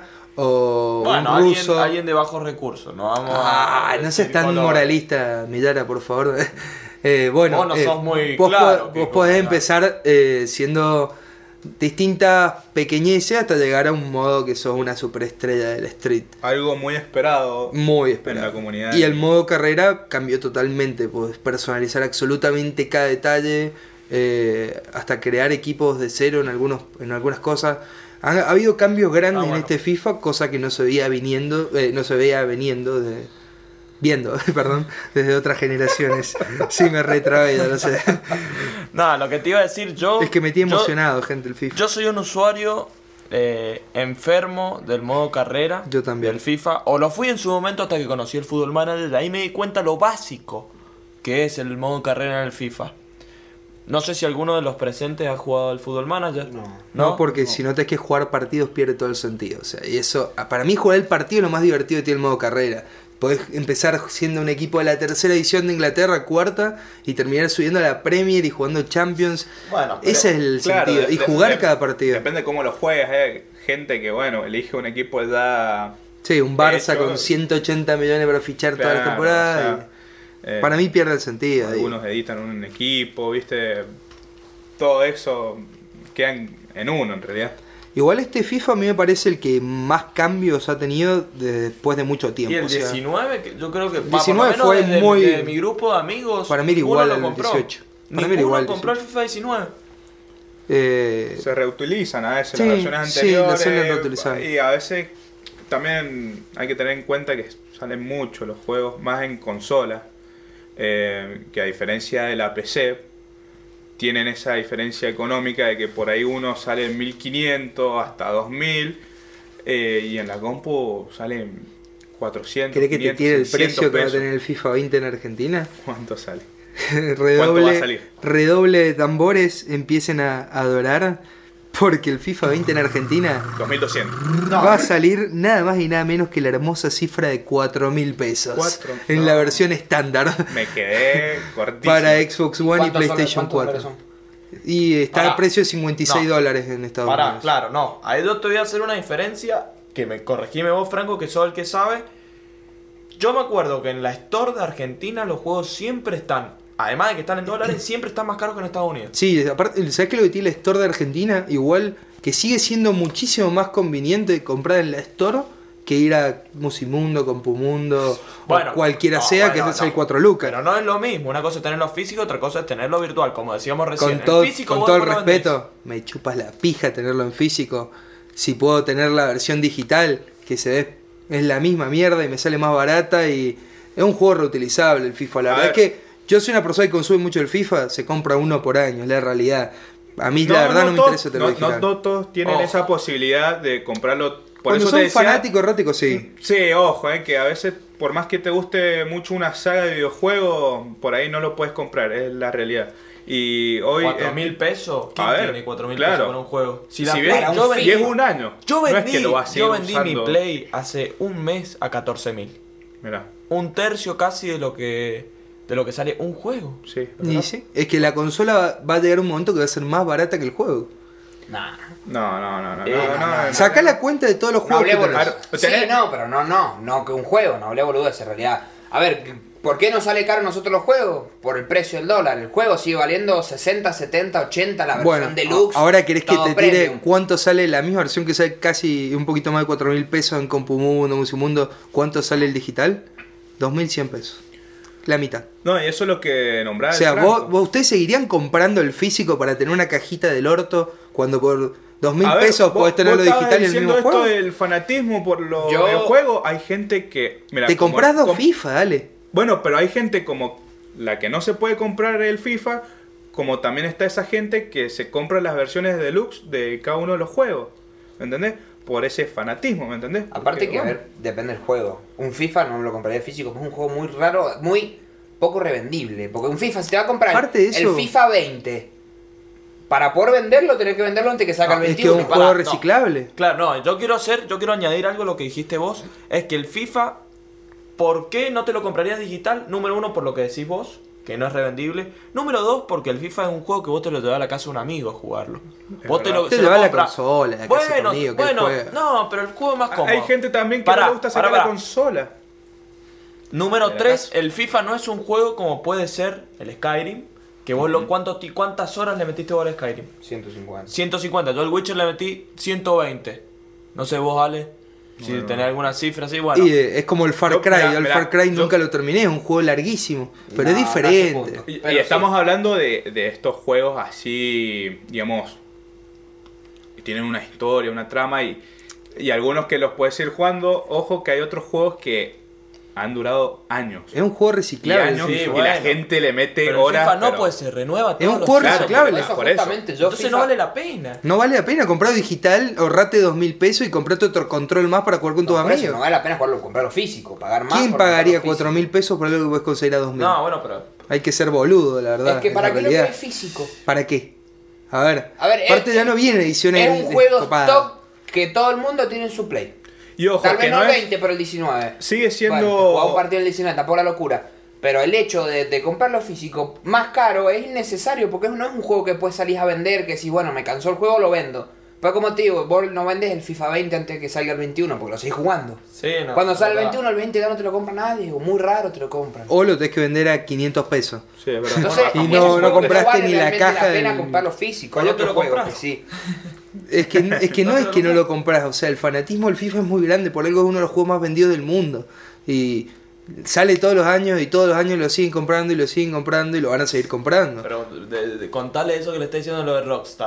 o Bueno, un alguien, ruso. alguien de bajos recursos, no vamos Ah, a... no seas decir tan color. moralista, Millara, por favor. Eh, bueno, Vos no eh, sos muy vos, claro po- que vos con podés la- empezar eh, siendo distintas pequeñeces hasta llegar a un modo que sos una superestrella del street. Algo muy esperado. Muy esperado. En la comunidad. Y el modo carrera cambió totalmente. Podés personalizar absolutamente cada detalle, eh, hasta crear equipos de cero en, algunos, en algunas cosas. Ha, ha habido cambios grandes Ah, bueno. en este FIFA, cosa que no se veía viniendo, eh, no se veía veniendo de, viendo, perdón, desde otras generaciones. Sí, me retrabé, ya lo sé. Nada, lo que te iba a decir yo... Es que me tiene yo- emocionado, gente, el FIFA. Yo soy un usuario eh, enfermo del modo carrera. Yo también. Del FIFA. O lo fui en su momento hasta que conocí el Fútbol Manager. De ahí me di cuenta lo básico que es el modo carrera en el FIFA. No sé si alguno de los presentes ha jugado al Fútbol Manager. No. No, porque si no tenés que jugar partidos pierde todo el sentido. O sea, y eso, para mí jugar el partido es lo más divertido que tiene el modo carrera. Podés empezar siendo un equipo de la tercera edición de Inglaterra, cuarta, y terminar subiendo a la Premier y jugando Champions. Bueno, pero- Ese es el Claro, sentido. de- Y de- jugar de- cada partido. Depende cómo lo juegues. Hay gente que, bueno, elige un equipo ya. Sí, un Barça hecho. con ciento ochenta millones para fichar toda la Claro, temporada. o sea, y eh, para mí pierde el sentido. ahí. Algunos editan un equipo, ¿viste? Todo eso queda en, en uno, en realidad. Igual este FIFA a mí me parece el que más cambios ha tenido de- después de mucho tiempo. Y el o sea, diecinueve, que yo creo que El va, por lo diecinueve menos fue desde- muy- desde mi grupo de amigos. para mí era ninguno igual lo al compró. dieciocho. Para mí era Ninguno igual al compró el dieciocho. FIFA diecinueve. Eh, Se reutilizan a veces sí, las versiones sí, anteriores. las suelen reutilizar. Y a veces también hay que tener en cuenta que salen mucho los juegos más en consola. Eh, que a diferencia de la P C, tienen esa diferencia económica de que por ahí uno sale en mil quinientos hasta dos mil. Eh, y en la compu salen cuatrocientos. ¿Querés que te tire el precio que va a pesos. tener el FIFA veinte en Argentina? ¿Cuánto sale? redoble, ¿Cuánto va a salir? redoble de tambores, empiecen a adorar, porque el FIFA veinte en Argentina dos mil doscientos. va a salir nada más y nada menos que la hermosa cifra de cuatro mil pesos Cuatro. en No. la versión estándar Me quedé cortísimo. para Xbox One y ¿Cuántos son- PlayStation cuántos dólares cuatro. son? Y está Pará. a precio de cincuenta y seis No. dólares en Estados Pará, Unidos. claro, no. Ahí yo te voy a hacer una diferencia que me corregime vos, Franco, que sos el que sabe. Yo me acuerdo que en la Store de Argentina los juegos siempre están, además de que están en dólares, siempre están más caros que en Estados Unidos. Sí, aparte, ¿sabes qué es lo que tiene la Store de Argentina? Igual que sigue siendo muchísimo más conveniente comprar en la Store que ir a Musimundo, Compumundo Bueno, o cualquiera no, sea, bueno, que es el no. cuatro lucas. Pero no es lo mismo, una cosa es tenerlo físico, otra cosa es tenerlo virtual, como decíamos recién. Con En todo, físico con vos todo el no lo respeto, me chupas la pija tenerlo en físico. Si puedo tener la versión digital, que se ve, es la misma mierda y me sale más barata y es un juego reutilizable el FIFA. La A verdad es ver. que yo soy una persona que consume mucho el FIFA, se compra uno por año, es la realidad. A mí la verdad no, me todos- interesa tenerlo no, no digital. no todos tienen Ojo. esa posibilidad de comprarlo. Por Cuando eso son te decía, fanáticos erráticos, sí. Sí, ojo, eh, que a veces, por más que te guste mucho una saga de videojuegos, por ahí no lo puedes comprar, es la realidad. Y hoy. ¿Cuatro mil pesos? ¿Quién a ver, tiene cuatro mil claro. pesos por un juego? Si la Si Play- ves, yo un vendí, y es un año. yo no es vendí, que lo vas a seguir yo vendí mi usando. Play hace un mes a catorce mil. Mirá, Un tercio casi de lo que de lo que sale un juego. sí. es Y verdad. sí, es que la consola va- va a llegar un momento que va a ser más barata que el juego. Nah. No, no, no, no. Eh, no, no, no, no, no. Sacá la cuenta de todos los No juegos hablé que boludo. tenés. Ar- Sí, tenés- no, pero no, no, no que un juego, no hablé boludo en realidad. A ver, ¿por qué nos sale caro a nosotros los juegos? Por el precio del dólar. El juego sigue valiendo sesenta, setenta, ochenta, la versión Bueno, deluxe. a- ahora querés que todo te tire premium. cuánto sale la misma versión que sale casi un poquito más de cuatro mil pesos en Compumundo, Musimundo. ¿Cuánto sale el digital? dos mil cien pesos. La mitad. No, y eso es lo que O nombraba. el sea, Franco. vos, vos- ustedes seguirían comprando el físico para tener una cajita del orto cuando por dos mil A ver, pesos vos- podés tener vos lo estabas digital y el diciendo mismo esto juego? del fanatismo por los Yo- videojuegos. Hay gente que. Mira, Te como- comprás dos como- FIFA, dale. Bueno, pero hay gente como la que no se puede comprar el FIFA, como también está esa gente que se compra las versiones deluxe de cada uno de los juegos. ¿Me entendés? Por ese fanatismo, ¿me entendés? Aparte Porque, que, a bueno, ver, depende del juego. Un FIFA no me lo compraría físico, porque es un juego muy raro, muy poco revendible. Porque un FIFA, si te va a comprar Aparte de eso- el FIFA veinte, para poder venderlo, tenés que venderlo antes que salga No, el es que es veintiuno. un juego Pará, no. reciclable. Claro, no, yo quiero hacer, yo quiero añadir algo a lo que dijiste vos, es que el FIFA, ¿por qué no te lo comprarías digital? Número uno, por lo que decís vos, que no es revendible. Número dos, porque el FIFA es un juego que vos te lo llevas a la casa de un amigo a jugarlo. Vos te verdad. lo, Te se lo lo va a la compra- consola, a la casa de tu Bueno, amigo, que él bueno, juega. no, pero el juego es más cómodo. hay gente también que Pará, no le gusta sacar pará, la pará. consola. Número De la tres, casa. el FIFA no es un juego como puede ser el Skyrim, que vos lo, ¿cuánto, ti- ¿cuántas horas le metiste vos al Skyrim? ciento cincuenta. ciento cincuenta, yo al Witcher le metí ciento veinte. No sé vos, Ale, si Bueno. tenés alguna cifra así, bueno. Y eh, es como el Far Yo- Cry. mirá, Yo el mirá, Far Cry yo- nunca lo terminé, es un juego larguísimo. Pero No, es no hace diferente. punto. Y, y Pero estamos sí. hablando de, de estos juegos así, digamos, que tienen una historia, una trama y, y algunos que los puedes ir jugando. Ojo que hay otros juegos que han durado años. Es un juego Y, reciclable. años, sí, y bueno. la gente le mete Pero el horas. FIFA no, pero- pues se renueva Es todos un los juego años. reciclable. Por eso, por eso. justamente, yo Entonces FIFA, no vale la pena. No vale la pena comprar digital, ahorrate dos mil pesos y comprate otro control más para jugar con tus no, por eso amigos. no vale la pena jugarlo, comprarlo físico, pagar más. ¿Quién por pagaría comprarlo cuatro mil pesos por algo que puedes conseguir a dos mil? No, bueno, pero Hay que ser boludo, la físico. verdad. Es que en para la qué lo realidad. querés físico. ¿Para qué? A ver, A ver, aparte es- ya no viene ediciones Es un juego copadas. top que todo el mundo tiene en su play. Y ojo, Tal que vez no no el es- veinte, pero el diecinueve. sigue siendo. Bueno, jugaba un partido el diecinueve, tampoco la locura. Pero el hecho de, de comprarlo físico más caro es innecesario porque no es un juego que puedes salir a vender, que si bueno, me cansó el juego, lo vendo. Pero como te digo, vos no vendes el FIFA veinte antes de que salga el veintiuno porque lo seguís jugando. sí, no. Cuando sale el verdad. veintiuno, el veinte ya no te lo compra nadie, o muy raro te lo compran. O lo tenés que vender a quinientos pesos. Sí, es verdad. Entonces, Y es no- un no juego que compraste vale ni la realmente caja la pena del- comprarlo físico. Hay ¿Cuándo te otros lo juegos que compras? sí. Es que, es que no es que no lo compras, o sea, el fanatismo del FIFA es muy grande, por algo es uno de los juegos más vendidos del mundo. Y sale todos los años y todos los años lo siguen comprando y lo siguen comprando y lo van a seguir comprando. Pero de, de- contale eso que le está diciendo lo de Rockstar.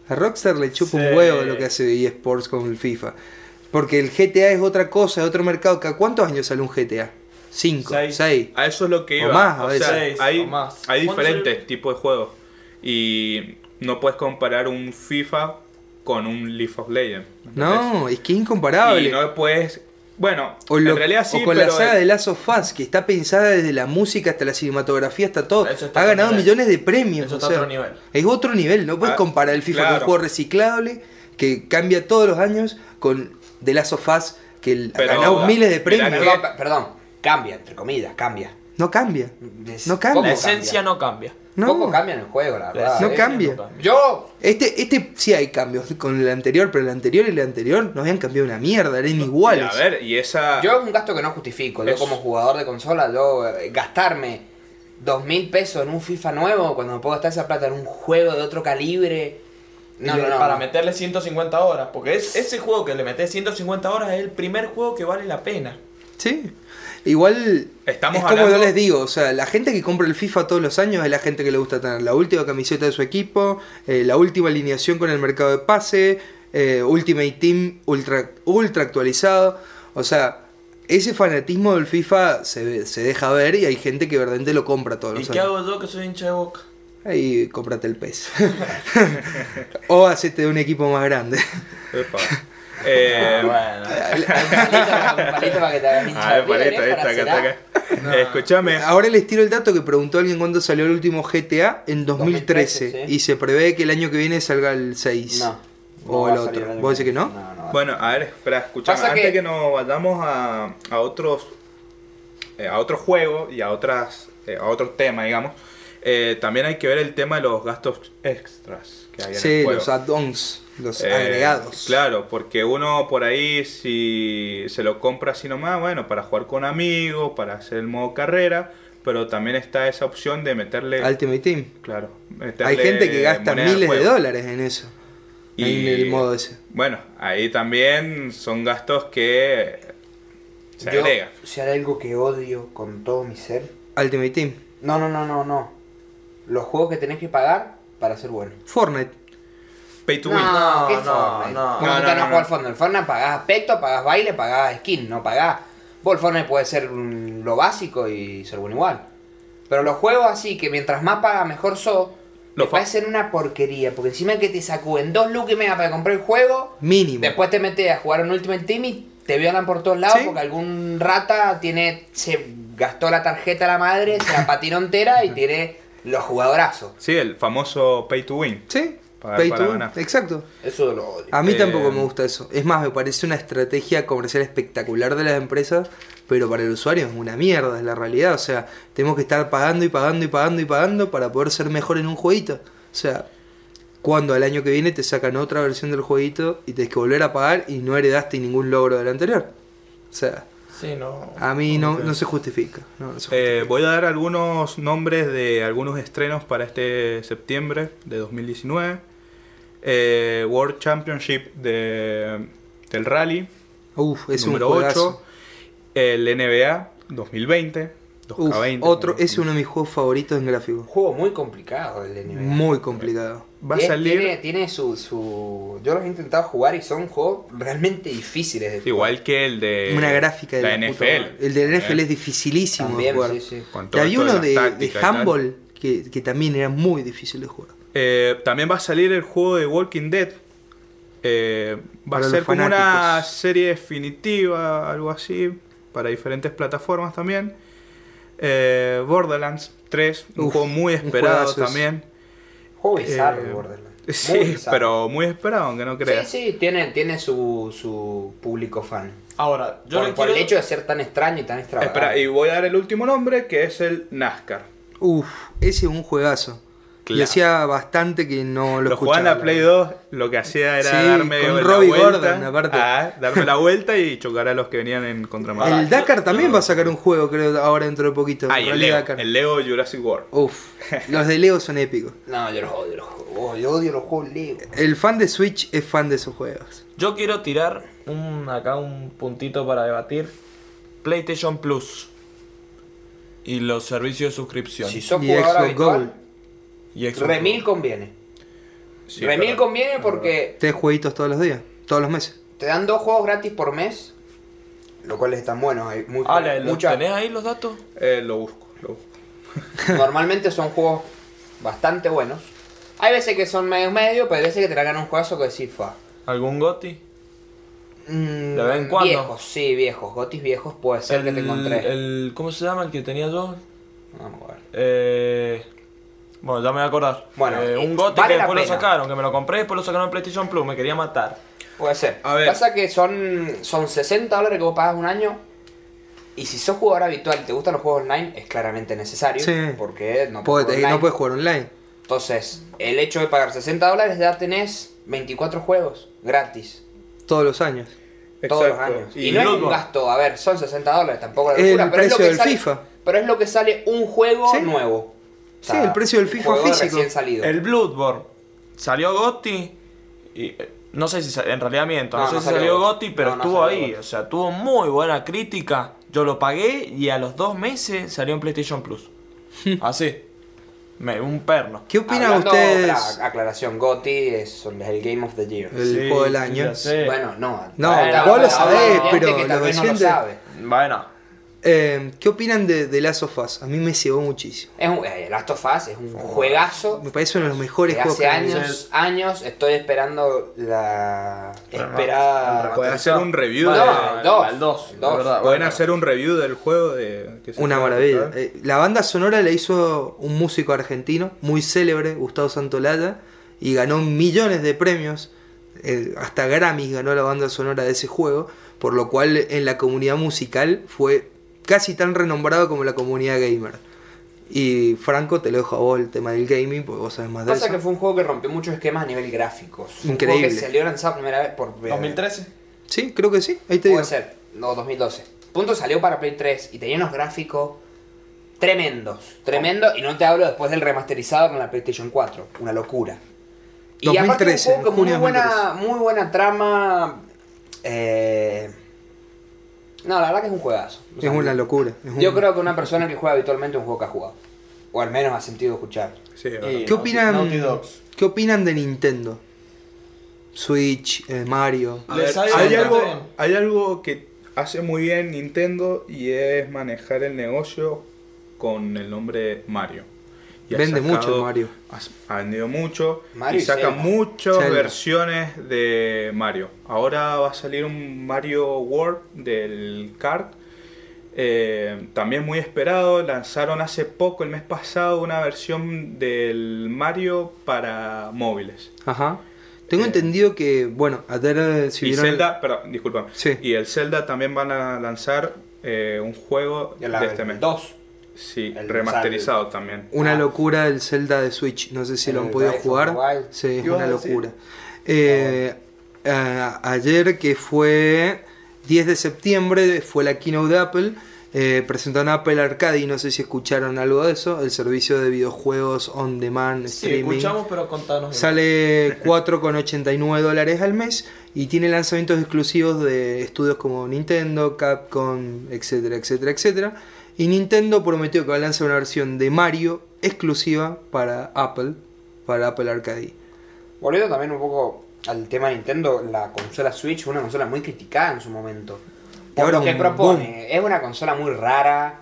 A Rockstar le chupa Sí. un huevo lo que hace eSports con el FIFA. Porque el G T A es otra cosa, es otro mercado. ¿Cada cuántos años sale un G T A? Cinco, Seis. seis. A eso es lo que O iba. más, a o veces. sea, Seis, hay, o más. hay ¿Cuándo diferentes salió? tipos de juegos. Y no puedes comparar un FIFA con un League of Legends. ¿me entendés? No, es que es incomparable. Y no puedes. Bueno, O, lo- en realidad sí, o con pero. la saga de Last of Us, que está pensada desde la música hasta la cinematografía, hasta todo. Eso está Ha a otro ganado nivel. millones de premios. Eso o está a sea, otro nivel. Es otro nivel. No puedes Ah, comparar el FIFA con un claro. juego reciclable que cambia todos los años con The Last of Us, que el- ha Pero- ganado miles de Mirá premios. que- Perdón, pe- perdón, cambia, entre comillas, cambia. No cambia. Es- No cambia. La poco esencia cambia. no cambia. No. Poco cambia en el juego, la La verdad. No ¿eh? esencia cambia. Yo, Este, este sí hay cambios con el anterior, pero el anterior y el anterior no habían cambiado una mierda, eran iguales. A ver, y esa. yo es un gasto que no justifico. Yo Es- como jugador de consola, yo eh, gastarme dos mil pesos en un FIFA nuevo cuando me puedo gastar esa plata en un juego de otro calibre. No, no, no. Para no. meterle ciento cincuenta horas. Porque es ese juego que le metes ciento cincuenta horas es el primer juego que vale la pena. Sí. Igual Estamos es como hablando- yo les digo, o sea, la gente que compra el FIFA todos los años es la gente que le gusta tener la última camiseta de su equipo, eh, la última alineación con el mercado de pase, eh, Ultimate Team ultra, ultra actualizado. O sea, ese fanatismo del FIFA se, ve- se deja ver y hay gente que verdaderamente lo compra todos ¿Y los qué años. hago yo que soy hincha de Boca? Ahí cómprate el P E S. O hacete de un equipo más grande. Epa. Eh, Ah, bueno. Un palito, un palito para que te hagas hincha a de ver, paleta, River, ¿eh? esta, Para acá, cenar. acá. Eh, Escúchame. Ahora les tiro el dato que preguntó alguien cuándo salió el último G T A en dos mil trece. dos mil trece, sí. Y se prevé que el año que viene salga el seis. No. O no el va a salir otro. año ¿Vos decís que no? No, no. Bueno, a ver, espera, escúchame. Pasa Antes que... que- nos vayamos a, a otros eh, a otros juegos y a otras eh, a otros temas, digamos, eh, también hay que ver el tema de los gastos extras que hay en el Sí, juego. los add-ons, los Eh, agregados. Claro, porque uno por ahí si se lo compra así nomás, bueno, para jugar con amigos, para hacer el modo carrera, pero también está esa opción de meterle... Ultimate Team. Claro, meterle Hay gente que gasta moneda al miles de juego. dólares en eso. En el modo ese. Bueno, ahí también son gastos que se Yo, agregan. si hay algo que odio con todo mi ser. Ultimate Team. No, no, no, no, no. Los juegos que tenés que pagar para ser bueno. Fortnite. Pay to win. No, ¿qué No, Fortnite? no, ¿Cómo no, te no, van a no, jugar no. Fortnite? El Fortnite pagás aspecto, pagás baile, pagás skin, no pagás. Vos el Fortnite puede ser mm, lo básico y ser bueno igual. Pero los juegos así, que mientras más pagas mejor sos, Lo me fa- parecen una porquería. Porque encima que te sacuden dos lucas y media para comprar el juego, Mínimo. después te metes a jugar un Ultimate Team y te violan por todos lados Sí. porque algún rata tiene se gastó la tarjeta a la madre, se la patinó entera y tiene los jugadorazos. Sí, el famoso pay to win. Sí. Pagar Pay para to win. ganar. Exacto. Eso lo odio. A mí Eh, tampoco me gusta eso. Es más, me parece una estrategia comercial espectacular de las empresas, pero para el usuario es una mierda, es la realidad. O sea, tenemos que estar pagando y pagando y pagando y pagando para poder ser mejor en un jueguito. O sea, cuando al año que viene te sacan otra versión del jueguito y tienes que volver a pagar y no heredaste ningún logro del anterior. O sea, Sí, no. a mí no, Ok. no se justifica. No, no se Eh, justifica. voy a dar algunos nombres de algunos estrenos para este septiembre de dos mil diecinueve. Eh, World Championship de, del Rally, Uf, es número un juegazo. ocho. El N B A dos mil veinte, dos K Uf, veinte. otro, es uno de mis juegos favoritos en gráfico. Un juego muy complicado el N B A. Muy complicado. Va a Es- salir Tiene, tiene su, su. Yo los he intentado jugar y son juegos realmente difíciles de jugar. igual que el de Una gráfica de la, la N puta F L. madre. El de la N F L Eh, es dificilísimo También, de jugar. sí, sí. con Y todo había esto uno las de, de tácticas y tal. handball que, que también era muy difícil de jugar. Eh, también va a salir el juego de Walking Dead. Eh, va Para a ser los como una fanáticos. serie definitiva, algo así, para diferentes plataformas también. Eh, Borderlands tres, un Uf, juego muy un esperado juegazo ese. también. Juego bizarro, Eh, Borderlands. Sí, Muy bizarro. pero muy esperado, aunque no Sí, creas. sí, tiene, tiene su, su público fan. Ahora, yo Por, le por quiero... el hecho de ser tan extraño y tan extravagante. Espera, y voy a dar el último nombre, que es el NASCAR. Uf, ese es un juegazo. Y Claro. hacía bastante que no lo Lo jugaba en escuchaba. la Play dos, lo que hacía era Sí, darme con la Robbie vuelta, Gordon, aparte. ah, darme la vuelta y chocar a los que venían en contramano. Pará, El yo- Dakar también yo- va a sacar un juego, creo, ahora dentro de poquito. Ah, y el Rally Lego, Dakar. el Lego Jurassic World. Uf, los de Lego son épicos. No, yo los odio, los juegos. Yo odio los juegos Lego. El fan de Switch es fan de esos juegos. Yo quiero tirar un, acá un puntito para debatir. PlayStation Plus. Y los servicios de suscripción. Si sos Y jugador Xbox habitual, Gold. y Xbox remil One. conviene. Sí, Remil pero- conviene porque Tres jueguitos todos los días, todos los meses. te dan dos juegos gratis por mes, lo cual están buenos. Hay muy, Ale, ¿lo- mucha- ¿tenés ahí los datos? Eh, lo busco, lo busco. Normalmente son juegos bastante buenos. Hay veces que son medio medio, pero hay veces que te traigan un juegazo que decís, fa. ¿Algún GOTY? Mm, ¿De vez en cuando? Viejos, sí, viejos. Gotis viejos puede ser que te encontré. el- ¿Cómo se llama el que tenía yo? Vamos a ver. Eh, bueno, ya me voy a acordar. Bueno, Eh, eh, un GOTY vale que la después lo pena. sacaron, que me lo compré, después lo sacaron en PlayStation Plus, me quería matar. Puede ser. A ver. Pasa que son, son sesenta dólares que vos pagas un año. Y si sos jugador habitual y te gustan los juegos online, es claramente necesario. Sí. Porque no Puede- puedes jugar no online. puedes jugar online. Entonces, el hecho de pagar sesenta dólares ya tenés veinticuatro juegos gratis. Todos los años. Todos los Exacto. años. Y Y, no es un Bloodborne. gasto, a ver, son sesenta dólares, tampoco es El locura, pero es lo precio que del sale, FIFA. Pero es lo que sale un juego Sí. nuevo. Sí, el precio del un FIFA juego físico. recién salido. El Bloodborne salió GOTY y eh, no sé si sa- en realidad miento, no, No, sé no si salió salió GOTY. GOTY, pero No, no estuvo salió ahí, GOTY. o sea, tuvo muy buena crítica. Yo lo pagué y a los dos meses salió en PlayStation Plus. Así. Me, un perno. ¿Qué opinan Hablando, ustedes? para aclaración, GOTY es el Game of the Year. El Sí, juego del año. ya sé. Bueno, no. No, Bueno, vos lo habrá sabés, gente pero que tal los vez no lo oyentes- sabe. Bueno, Eh, ¿Qué opinan de, de Last of Us? A mí me cebó muchísimo. Es un, eh, Last of Us es un juegazo. Me parece uno de los mejores Que juegos hace que han años, años estoy esperando la Pero no, esperada. Pueden hacer un review No, de... el dos. el dos, El la dos. verdad. Pueden Bueno. hacer un review del juego de... que se Una pueda maravilla. tocar. Eh, la banda sonora la hizo un músico argentino muy célebre, Gustavo Santolaya, y ganó millones de premios. Eh, hasta Grammys ganó la banda sonora de ese juego, por lo cual en la comunidad musical fue casi tan renombrado como la comunidad gamer. Y Franco, te lo dejo a vos el tema del gaming, porque vos sabes más de Pasa eso. que fue un juego que rompió muchos esquemas a nivel gráficos. Un Increíble. juego que salió lanzado primera vez por. dos mil trece. Sí, creo que sí, ahí te digo. Puede ser, no, dos mil doce. Punto salió para Play tres y tenía unos gráficos tremendos. Tremendos, y no te hablo después del remasterizado con la PlayStation cuatro. Una locura. Y dos mil aparte trece, un juego con muy junio de buena, muy buena trama. Eh... No, la verdad que es un juegazo. O Es sea, una locura. es un- Yo creo que una persona que juega habitualmente un juego que ha jugado. O al menos ha sentido escuchar. Sí, es Y- verdad. ¿Qué opinan, Naughty Dogs. ¿Qué opinan de Nintendo? Switch, eh, Mario. A Les ver, ha hay, ido algo, bastante bien. hay algo que hace muy bien Nintendo y es manejar el negocio con el nombre Mario. Y ha Vende sacado- mucho Mario. Ha, ha vendido mucho Mario y y saca Zelda. muchas Zelda. versiones de Mario. Ahora va a salir un Mario World del kart. Eh, también muy esperado. Lanzaron hace poco, el mes pasado, una versión del Mario para móviles. Ajá. Tengo Eh, entendido que, bueno, ayer si Y vieron- Zelda, perdón, disculpa. Sí. Y el Zelda también van a lanzar eh, un juego Ya la- de este mes. dos. Sí, El- remasterizado también. Una Ah. locura el Zelda de Switch. No sé si lo El han podido Breath of jugar. the Wild. Sí, es ¿Qué ibas una a decir? locura. Eh, a- ayer, que fue diez de septiembre, fue la keynote de Apple. Eh, presentaron Apple Arcade y no sé si escucharon algo de eso. El servicio de videojuegos on demand, Sí, streaming. escuchamos, pero contanos. Sale cuatro con ochenta y nueve dólares al mes y tiene lanzamientos exclusivos de estudios como Nintendo, Capcom, etcétera, etcétera, etcétera. Y Nintendo prometió que va a lanzar una versión de Mario exclusiva para Apple, para Apple Arcade. Volviendo también un poco al tema de Nintendo, la consola Switch fue una consola muy criticada en su momento. Y Por ahora lo que un propone, es una consola muy rara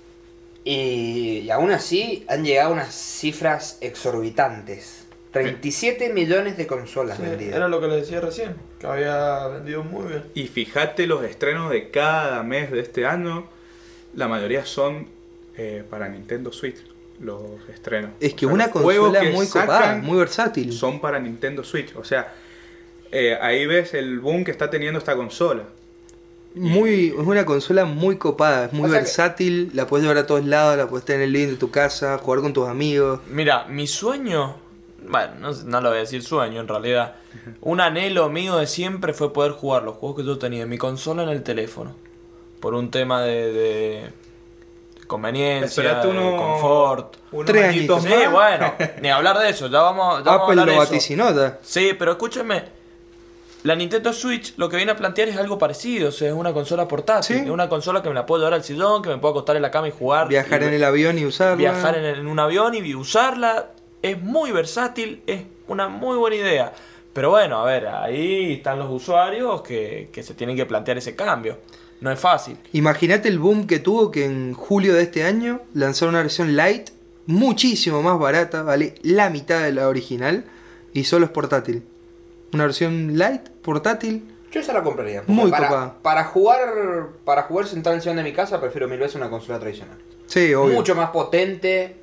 y, y aún así han llegado a unas cifras exorbitantes. treinta y siete millones de consolas Sí, vendidas. era lo que les decía recién, que había vendido muy bien. Y fíjate los estrenos de cada mes de este año. La mayoría son eh, para Nintendo Switch. Los estrenos. Es que O sea, una los juegos consola que muy copada, sacan muy versátil. son para Nintendo Switch. O sea, eh, ahí ves el boom que está teniendo esta consola. Muy, es una consola muy copada, es muy O sea que- versátil, la puedes llevar a todos lados, la puedes tener en el living de tu casa, jugar con tus amigos. Mira, mi sueño, bueno, no, no lo voy a decir sueño en realidad, un anhelo mío de siempre fue poder jugar los juegos que yo tenía en mi consola en el teléfono. Por un tema de, de conveniencia, Esperate de uno- confort. unos Tres añitos Sí, más. bueno, ni hablar de eso, ya vamos, ya vamos a Apple hablar lo de eso. vaticinó ya. Sí, pero escúchenme. La Nintendo Switch lo que viene a plantear es algo parecido, o sea, es una consola portátil, Sí. es una consola que me la puedo llevar al sillón, que me puedo acostar en la cama y jugar. Viajar y- en el avión y usarla. Viajar en, en un avión y usarla. es muy versátil, es una muy buena idea. Pero bueno, a ver, ahí están los usuarios que, que se tienen que plantear ese cambio. No es fácil. Imagínate el boom que tuvo que en julio de este año lanzaron una versión light, muchísimo más barata, vale la mitad de la original y solo es portátil. Una versión light, portátil. Yo esa la compraría. porque Muy para, copada. para jugar para jugar sentado en el sillón de mi casa prefiero mil veces una consola tradicional. Sí, obvio. Mucho más potente.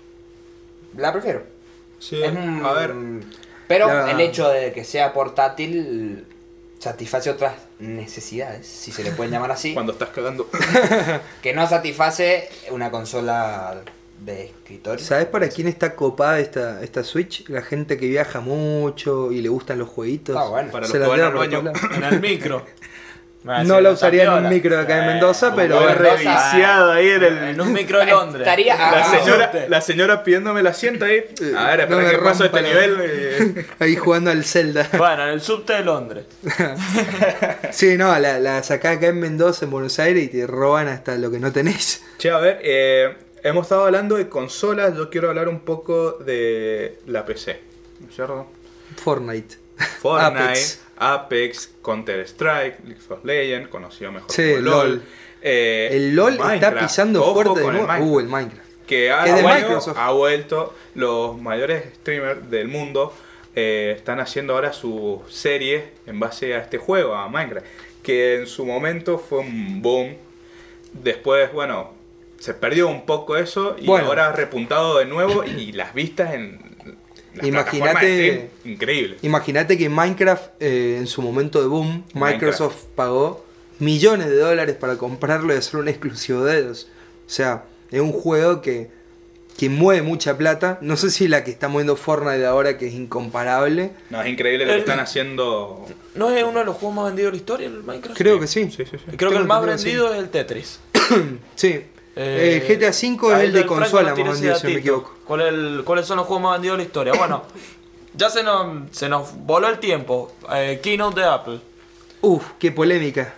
La prefiero. Sí, Es un- a ver, Pero La- el hecho de que sea portátil satisface otras necesidades, si se le pueden llamar así, cuando estás cagando. que no satisface una consola de escritorio. ¿Sabes para quién está copada esta, esta Switch? La gente que viaja mucho y le gustan los jueguitos. Ah, bueno. Para Se los la que van lleva al por baño. todos lados. En el micro. No la usaría en un micro de acá en Mendoza, pero Muy en Mendoza- reviciado ahí en el... En un micro de Londres. Estaría La ah, señora, la señora pidiéndome el asiento ahí. A ver, no espera me que paso rompa este la- nivel. eh. Ahí jugando al Zelda. Bueno, en el subte de Londres. Sí, no, la, la sacás acá en Mendoza, en Buenos Aires, y te roban hasta lo que no tenés. Che, a ver, eh, hemos estado hablando de consolas. Yo quiero hablar un poco de la P C. ¿No es cierto? Fortnite. Fortnite, Apex. Apex, Counter-Strike, League of Legends, conocido mejor Sí, como LOL. LOL. Eh, El LOL está Minecraft. pisando Ojo fuerte de con el nuevo. Minecraft. Uh, el Minecraft. Que ha, Que es de vuelto- Microsoft. ha vuelto, los mayores streamers del mundo eh, están haciendo ahora sus series en base a este juego, a Minecraft, que en su momento fue un boom. Después, bueno, se perdió un poco eso y Bueno. ahora ha repuntado de nuevo y las vistas en las Imagínate- plataformas de stream, increíble. Imagínate que Minecraft, eh, en su momento de boom, Minecraft. Microsoft pagó millones de dólares para comprarlo y hacer un exclusivo de ellos. O sea, es un juego que, que mueve mucha plata. No sé si la que está moviendo Fortnite de ahora, que es incomparable. No, es increíble lo que El- están haciendo. ¿No es uno de los juegos más vendidos de la historia el Minecraft? Creo que sí. Sí, sí, sí. Creo que el Tengo más entendido, vendido es el Tetris. Sí. Eh, el G T A cinco es ahí el de del Franco consola nos tira más ese vendido, si no me datito. equivoco. ¿Cuál es el- ¿Cuáles son los juegos más vendidos de la historia? Bueno, ya se nos, se nos voló el tiempo. Eh, Keynote de Apple. Uf, qué polémica.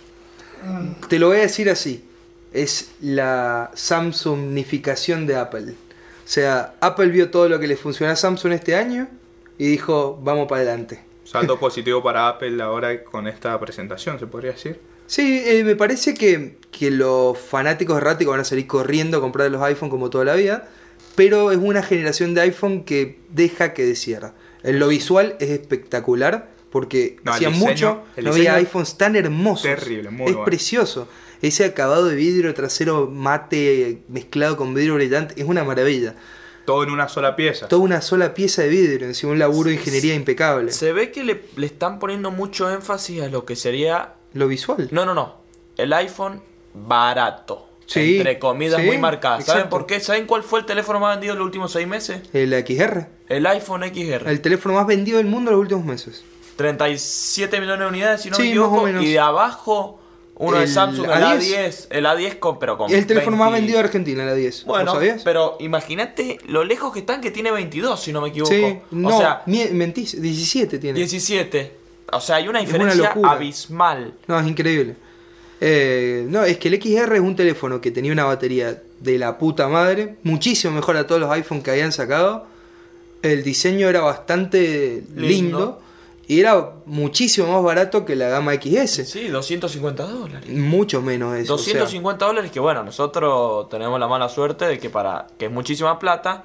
Te lo voy a decir así. Es la Samsungificación de Apple. O sea, Apple vio todo lo que le funcionó a Samsung este año y dijo, vamos para adelante. Saldo positivo para Apple ahora con esta presentación, se podría decir. Sí, eh, me parece que, que los fanáticos erráticos van a salir corriendo a comprar los iPhone como toda la vida, pero es una generación de iPhone que deja que desear. En lo visual es espectacular, porque No, el hacía diseño- mucho el no había diseño iPhones tan hermosos. terrible, muy es bueno. precioso. Ese acabado de vidrio trasero mate mezclado con vidrio brillante es una maravilla. Todo en una sola pieza. Toda una sola pieza de vidrio, encima un laburo de ingeniería impecable. Se ve que le, le están poniendo mucho énfasis a lo que sería... Lo visual. No, no, no. El iPhone barato. Sí, Entre comidas sí, muy marcadas. ¿Saben exacto. por qué? ¿Saben cuál fue el teléfono más vendido en los últimos seis meses? El X R. El iPhone X R. El teléfono más vendido del mundo en los últimos meses. treinta y siete millones de unidades, si no Sí, me más o equivoco. menos. Y de abajo, uno de El Samsung, el A A diez. diez. El A diez con, pero con Es el teléfono más veinte. vendido de Argentina, la diez. ¿Lo Bueno, sabías? pero imagínate lo lejos que están, que tiene veintidós, si no me equivoco. Sí, no, o sea, mie- mentís, diecisiete tiene. diecisiete. O sea, hay una Es una diferencia locura. abismal. No, es increíble. Eh, no, es que el X R es un teléfono que tenía una batería de la puta madre, muchísimo mejor a todos los iPhone que habían sacado. El diseño era bastante lindo, Lindo. y era muchísimo más barato que la gama X S. Sí, doscientos cincuenta dólares. Mucho menos eso. o sea, doscientos cincuenta dólares que bueno, nosotros tenemos la mala suerte de que para que es muchísima plata,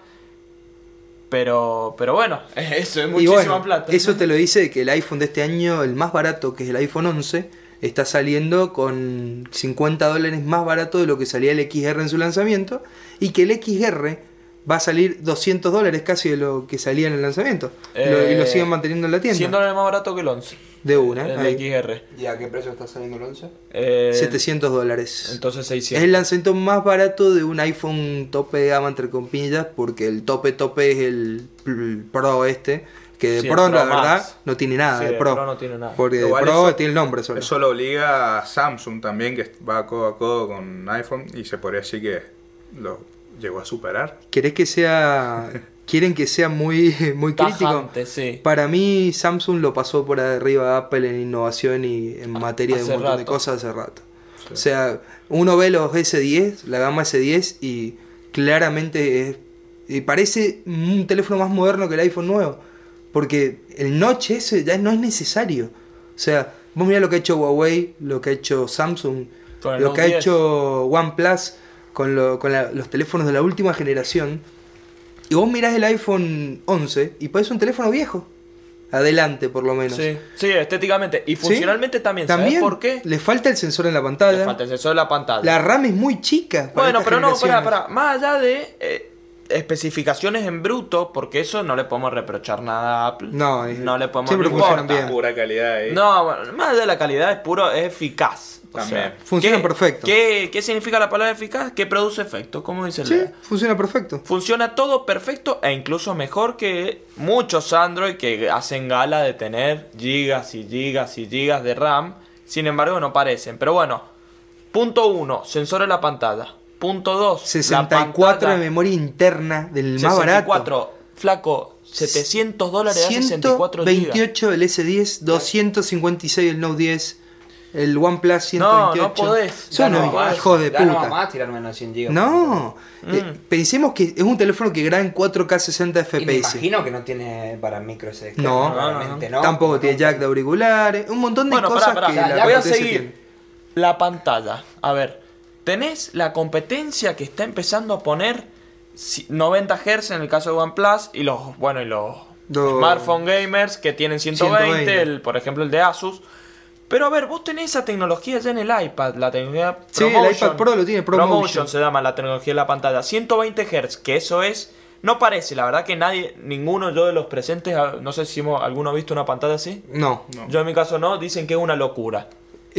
pero pero bueno, eso es y muchísima bueno, plata. eso te lo dice que el iPhone de este año, el más barato, que es el iPhone once, está saliendo con cincuenta dólares más barato de lo que salía el X R en su lanzamiento, y que el X R va a salir doscientos dólares casi de lo que salía en el lanzamiento. Y lo- y lo Eh, siguen manteniendo en la tienda. cien dólares más barato que el once. De una, El ahí. X R. ¿Y a qué precio está saliendo el once? Eh, setecientos dólares. Entonces Es seiscientos. el lanzamiento más barato de un iPhone tope de gama, entre comillas, porque el tope tope es el, el Pro este, que de Sí, el Pro, Pro la Max. verdad no tiene nada Sí, de el Pro. Pro no tiene nada. Porque de Igual Pro eso- tiene el nombre solo. Eso lo obliga a Samsung también, que va codo a codo con iPhone, y se podría decir que lo llegó a superar. ¿Querés que sea... Quieren que sea muy, muy crítico? Tajante, sí. Para mí Samsung lo pasó por arriba a Apple en innovación y en materia de un Hace montón de rato. cosas hace rato. Sí. O sea, uno ve los S diez, la gama S diez, y claramente es eh, parece un teléfono más moderno que el iPhone nuevo. Porque el notch ese ya no es necesario. O sea, vos mirá lo que ha hecho Huawei, lo que ha hecho Samsung, lo que ha hecho OnePlus con, lo, con la, los teléfonos de la última generación. Y vos mirás el iPhone once y parece un teléfono viejo. Adelante, por lo menos. Sí, sí, estéticamente. Y funcionalmente ¿Sí? también. ¿También? ¿Sabes por qué? Le falta el sensor en la pantalla. Le falta el sensor en la pantalla. La RAM es muy chica. Para Bueno, estas pero no, para, generaciones. para. Más allá de eh, especificaciones en bruto, porque eso no le podemos reprochar nada a Apple. No, es- no le podemos siempre no funcionan importa. bien. Pura calidad ahí. No, bueno, más allá de la calidad es puro, es eficaz. O También. sea, Funciona ¿qué- perfecto. ¿qué, ¿Qué significa la palabra eficaz? Que produce efecto, como dice el Sí, Lea. funciona perfecto. Funciona todo perfecto e incluso mejor que muchos Android que hacen gala de tener gigas y gigas y gigas de RAM. Sin embargo, no parecen. Pero bueno, punto uno, sensor en la pantalla. Punto dos, sesenta y cuatro la pantalla. de memoria interna del más sesenta y barato. cuatro, flaco, setecientos dólares a sesenta y cuatro ciento gigas. veintiocho el S diez, doscientos cincuenta y seis el Note diez, el OnePlus ciento No, veintiocho. no podés. Son Ya no unos podés. hijos de Ya no puta. va más a tirar menos de cien gigas. No, Mm. eh, pensemos que es un teléfono que graba en cuatro K sesenta Y me F P S. imagino que no tiene para micro S D. No, claramente no. Tampoco tiene No. jack de auriculares, un montón de Bueno, cosas pará, pará, que ya, la ya voy a potencia seguir. tiene. La pantalla. A ver, tenés la competencia que está empezando a poner si- noventa hertz en el caso de OnePlus y los, bueno, y los Los- smartphone gamers que tienen ciento veinte, ciento veinte. el, por ejemplo el de Asus. Pero a ver, vos tenés esa tecnología ya en el iPad, la tecnología Sí, el ProMotion. iPad Pro lo tiene, ProMotion. ProMotion se llama la tecnología de la pantalla. ciento veinte hertz, que eso es... No parece, la verdad que nadie, ninguno yo de los presentes, ah, no sé si hemos, alguno ha visto una pantalla así. No. No. Yo en mi caso no, dicen que es una locura.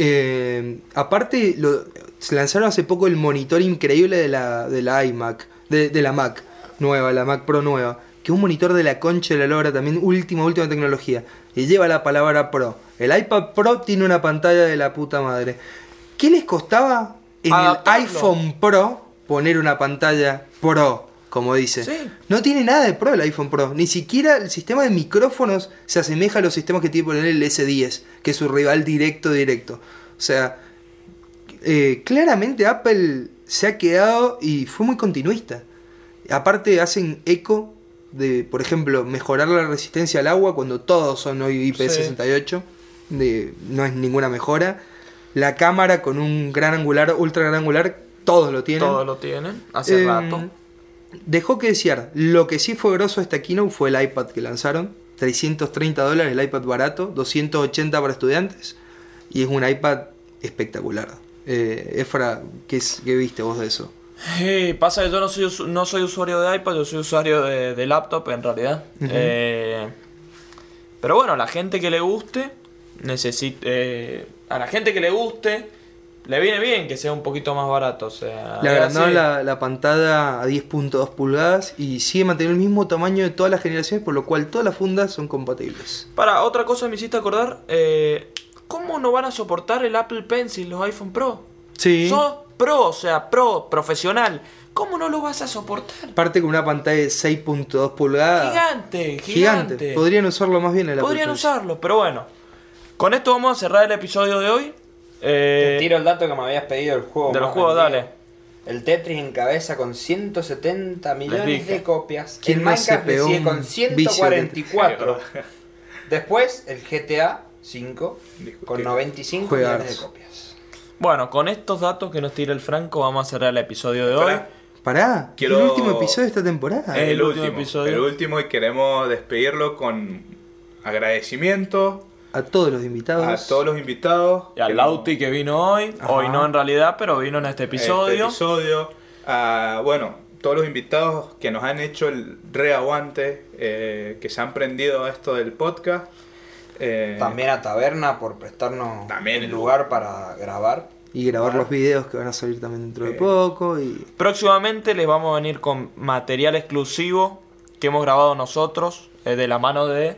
Eh, aparte, lo, se lanzaron hace poco el monitor increíble de la, de la iMac, de, de la Mac nueva, la Mac Pro nueva, que es un monitor de la concha de la lora, también última, última tecnología, y lleva la palabra Pro. El iPad Pro tiene una pantalla de la puta madre. ¿Qué les costaba en Adaptarlo. el iPhone Pro poner una pantalla Pro, como dice? Sí. No tiene nada de Pro el iPhone Pro, ni siquiera el sistema de micrófonos se asemeja a los sistemas que tiene por el S diez, que es su rival directo directo. O sea, eh, claramente Apple se ha quedado y fue muy continuista. Aparte hacen eco de, por ejemplo, mejorar la resistencia al agua cuando todos son hoy I P sesenta y ocho, de, no es ninguna mejora. La cámara con un gran angular, ultra gran angular, todos lo tienen. Todos lo tienen, hace Eh, rato. Dejó que desear. Lo que sí fue grosso esta keynote fue el iPad que lanzaron. trescientos treinta dólares el iPad barato, doscientos ochenta para estudiantes. Y es un iPad espectacular. Eh, Efra, ¿qué, es- ¿qué viste vos de eso? Eh, pasa que yo no soy, usu- no soy usuario de iPad, yo soy usuario de, de laptop en realidad. Ujú. Eh, pero bueno, la gente que le guste, necesita, eh, a la gente que le guste, le viene bien que sea un poquito más barato. O sea, Le es agrandaron así. la, la pantalla a diez punto dos pulgadas y sigue manteniendo el mismo tamaño de todas las generaciones, por lo cual todas las fundas son compatibles. Para, otra cosa me hiciste acordar, eh, ¿cómo no van a soportar el Apple Pencil, los iPhone Pro? Sí. Sos pro, o sea, pro, profesional. ¿Cómo no lo vas a soportar? Aparte con una pantalla de seis punto dos pulgadas. Gigante, gigante. Gigante. Podrían usarlo más bien el Apple Podrían Pencil. usarlo, pero bueno. Con esto vamos a cerrar el episodio de hoy. Eh, Te tiro el dato que me habías pedido del juego. de los más juegos, vendido. dale. El Tetris encabeza con ciento setenta millones dije. de copias. ¿Quién El más se Minecraft le pegó sigue un con vicio de ciento cuarenta y cuatro. Después el G T A cinco con Discutible. noventa y cinco Juegazo. millones de copias. Bueno, con estos datos que nos tira el Franco, vamos a cerrar el episodio de hoy. Espera. Pará, Quiero- el último episodio de esta temporada. Eh, el, el último último episodio. El último y queremos despedirlo con agradecimiento A todos los invitados. a todos los invitados. Y al que Lauti que vino hoy. Ajá. Hoy no en realidad, pero vino en este este episodio. episodio. A, bueno, todos los invitados que nos han hecho el reaguante, eh, que se han prendido a esto del podcast. Eh, También a Taberna por prestarnos También el el lugar para grabar. Y grabar Ah. los videos que van a salir también dentro de Eh. poco. Y Próximamente les vamos a venir con material exclusivo que hemos grabado nosotros, eh, de la mano de...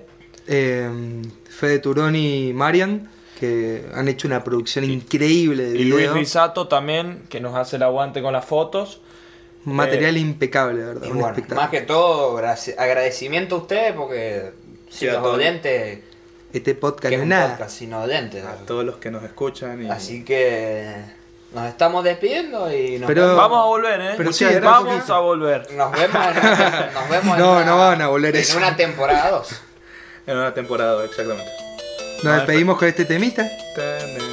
eh, Fede Turón y Marian, que han hecho una producción increíble de Y Luis video. Risato también, que nos hace el aguante con las fotos. Un material impecable, de verdad. Y un bueno, espectáculo. más que todo, graci- agradecimiento a ustedes porque Sí, sin a los todos. oyentes, Este podcast que no es es un nada. podcast sin oyentes. a todos los que nos escuchan. Y, Así que Nos estamos despidiendo y nos Pero- vemos. Vamos a volver, ¿eh? Pero Sí, sí, era vamos poquito. a volver. Nos vemos en, nos vemos en No, una- no van a volver en eso. una temporada dos. En una temporada, exactamente. Nos despedimos con este temita. Tener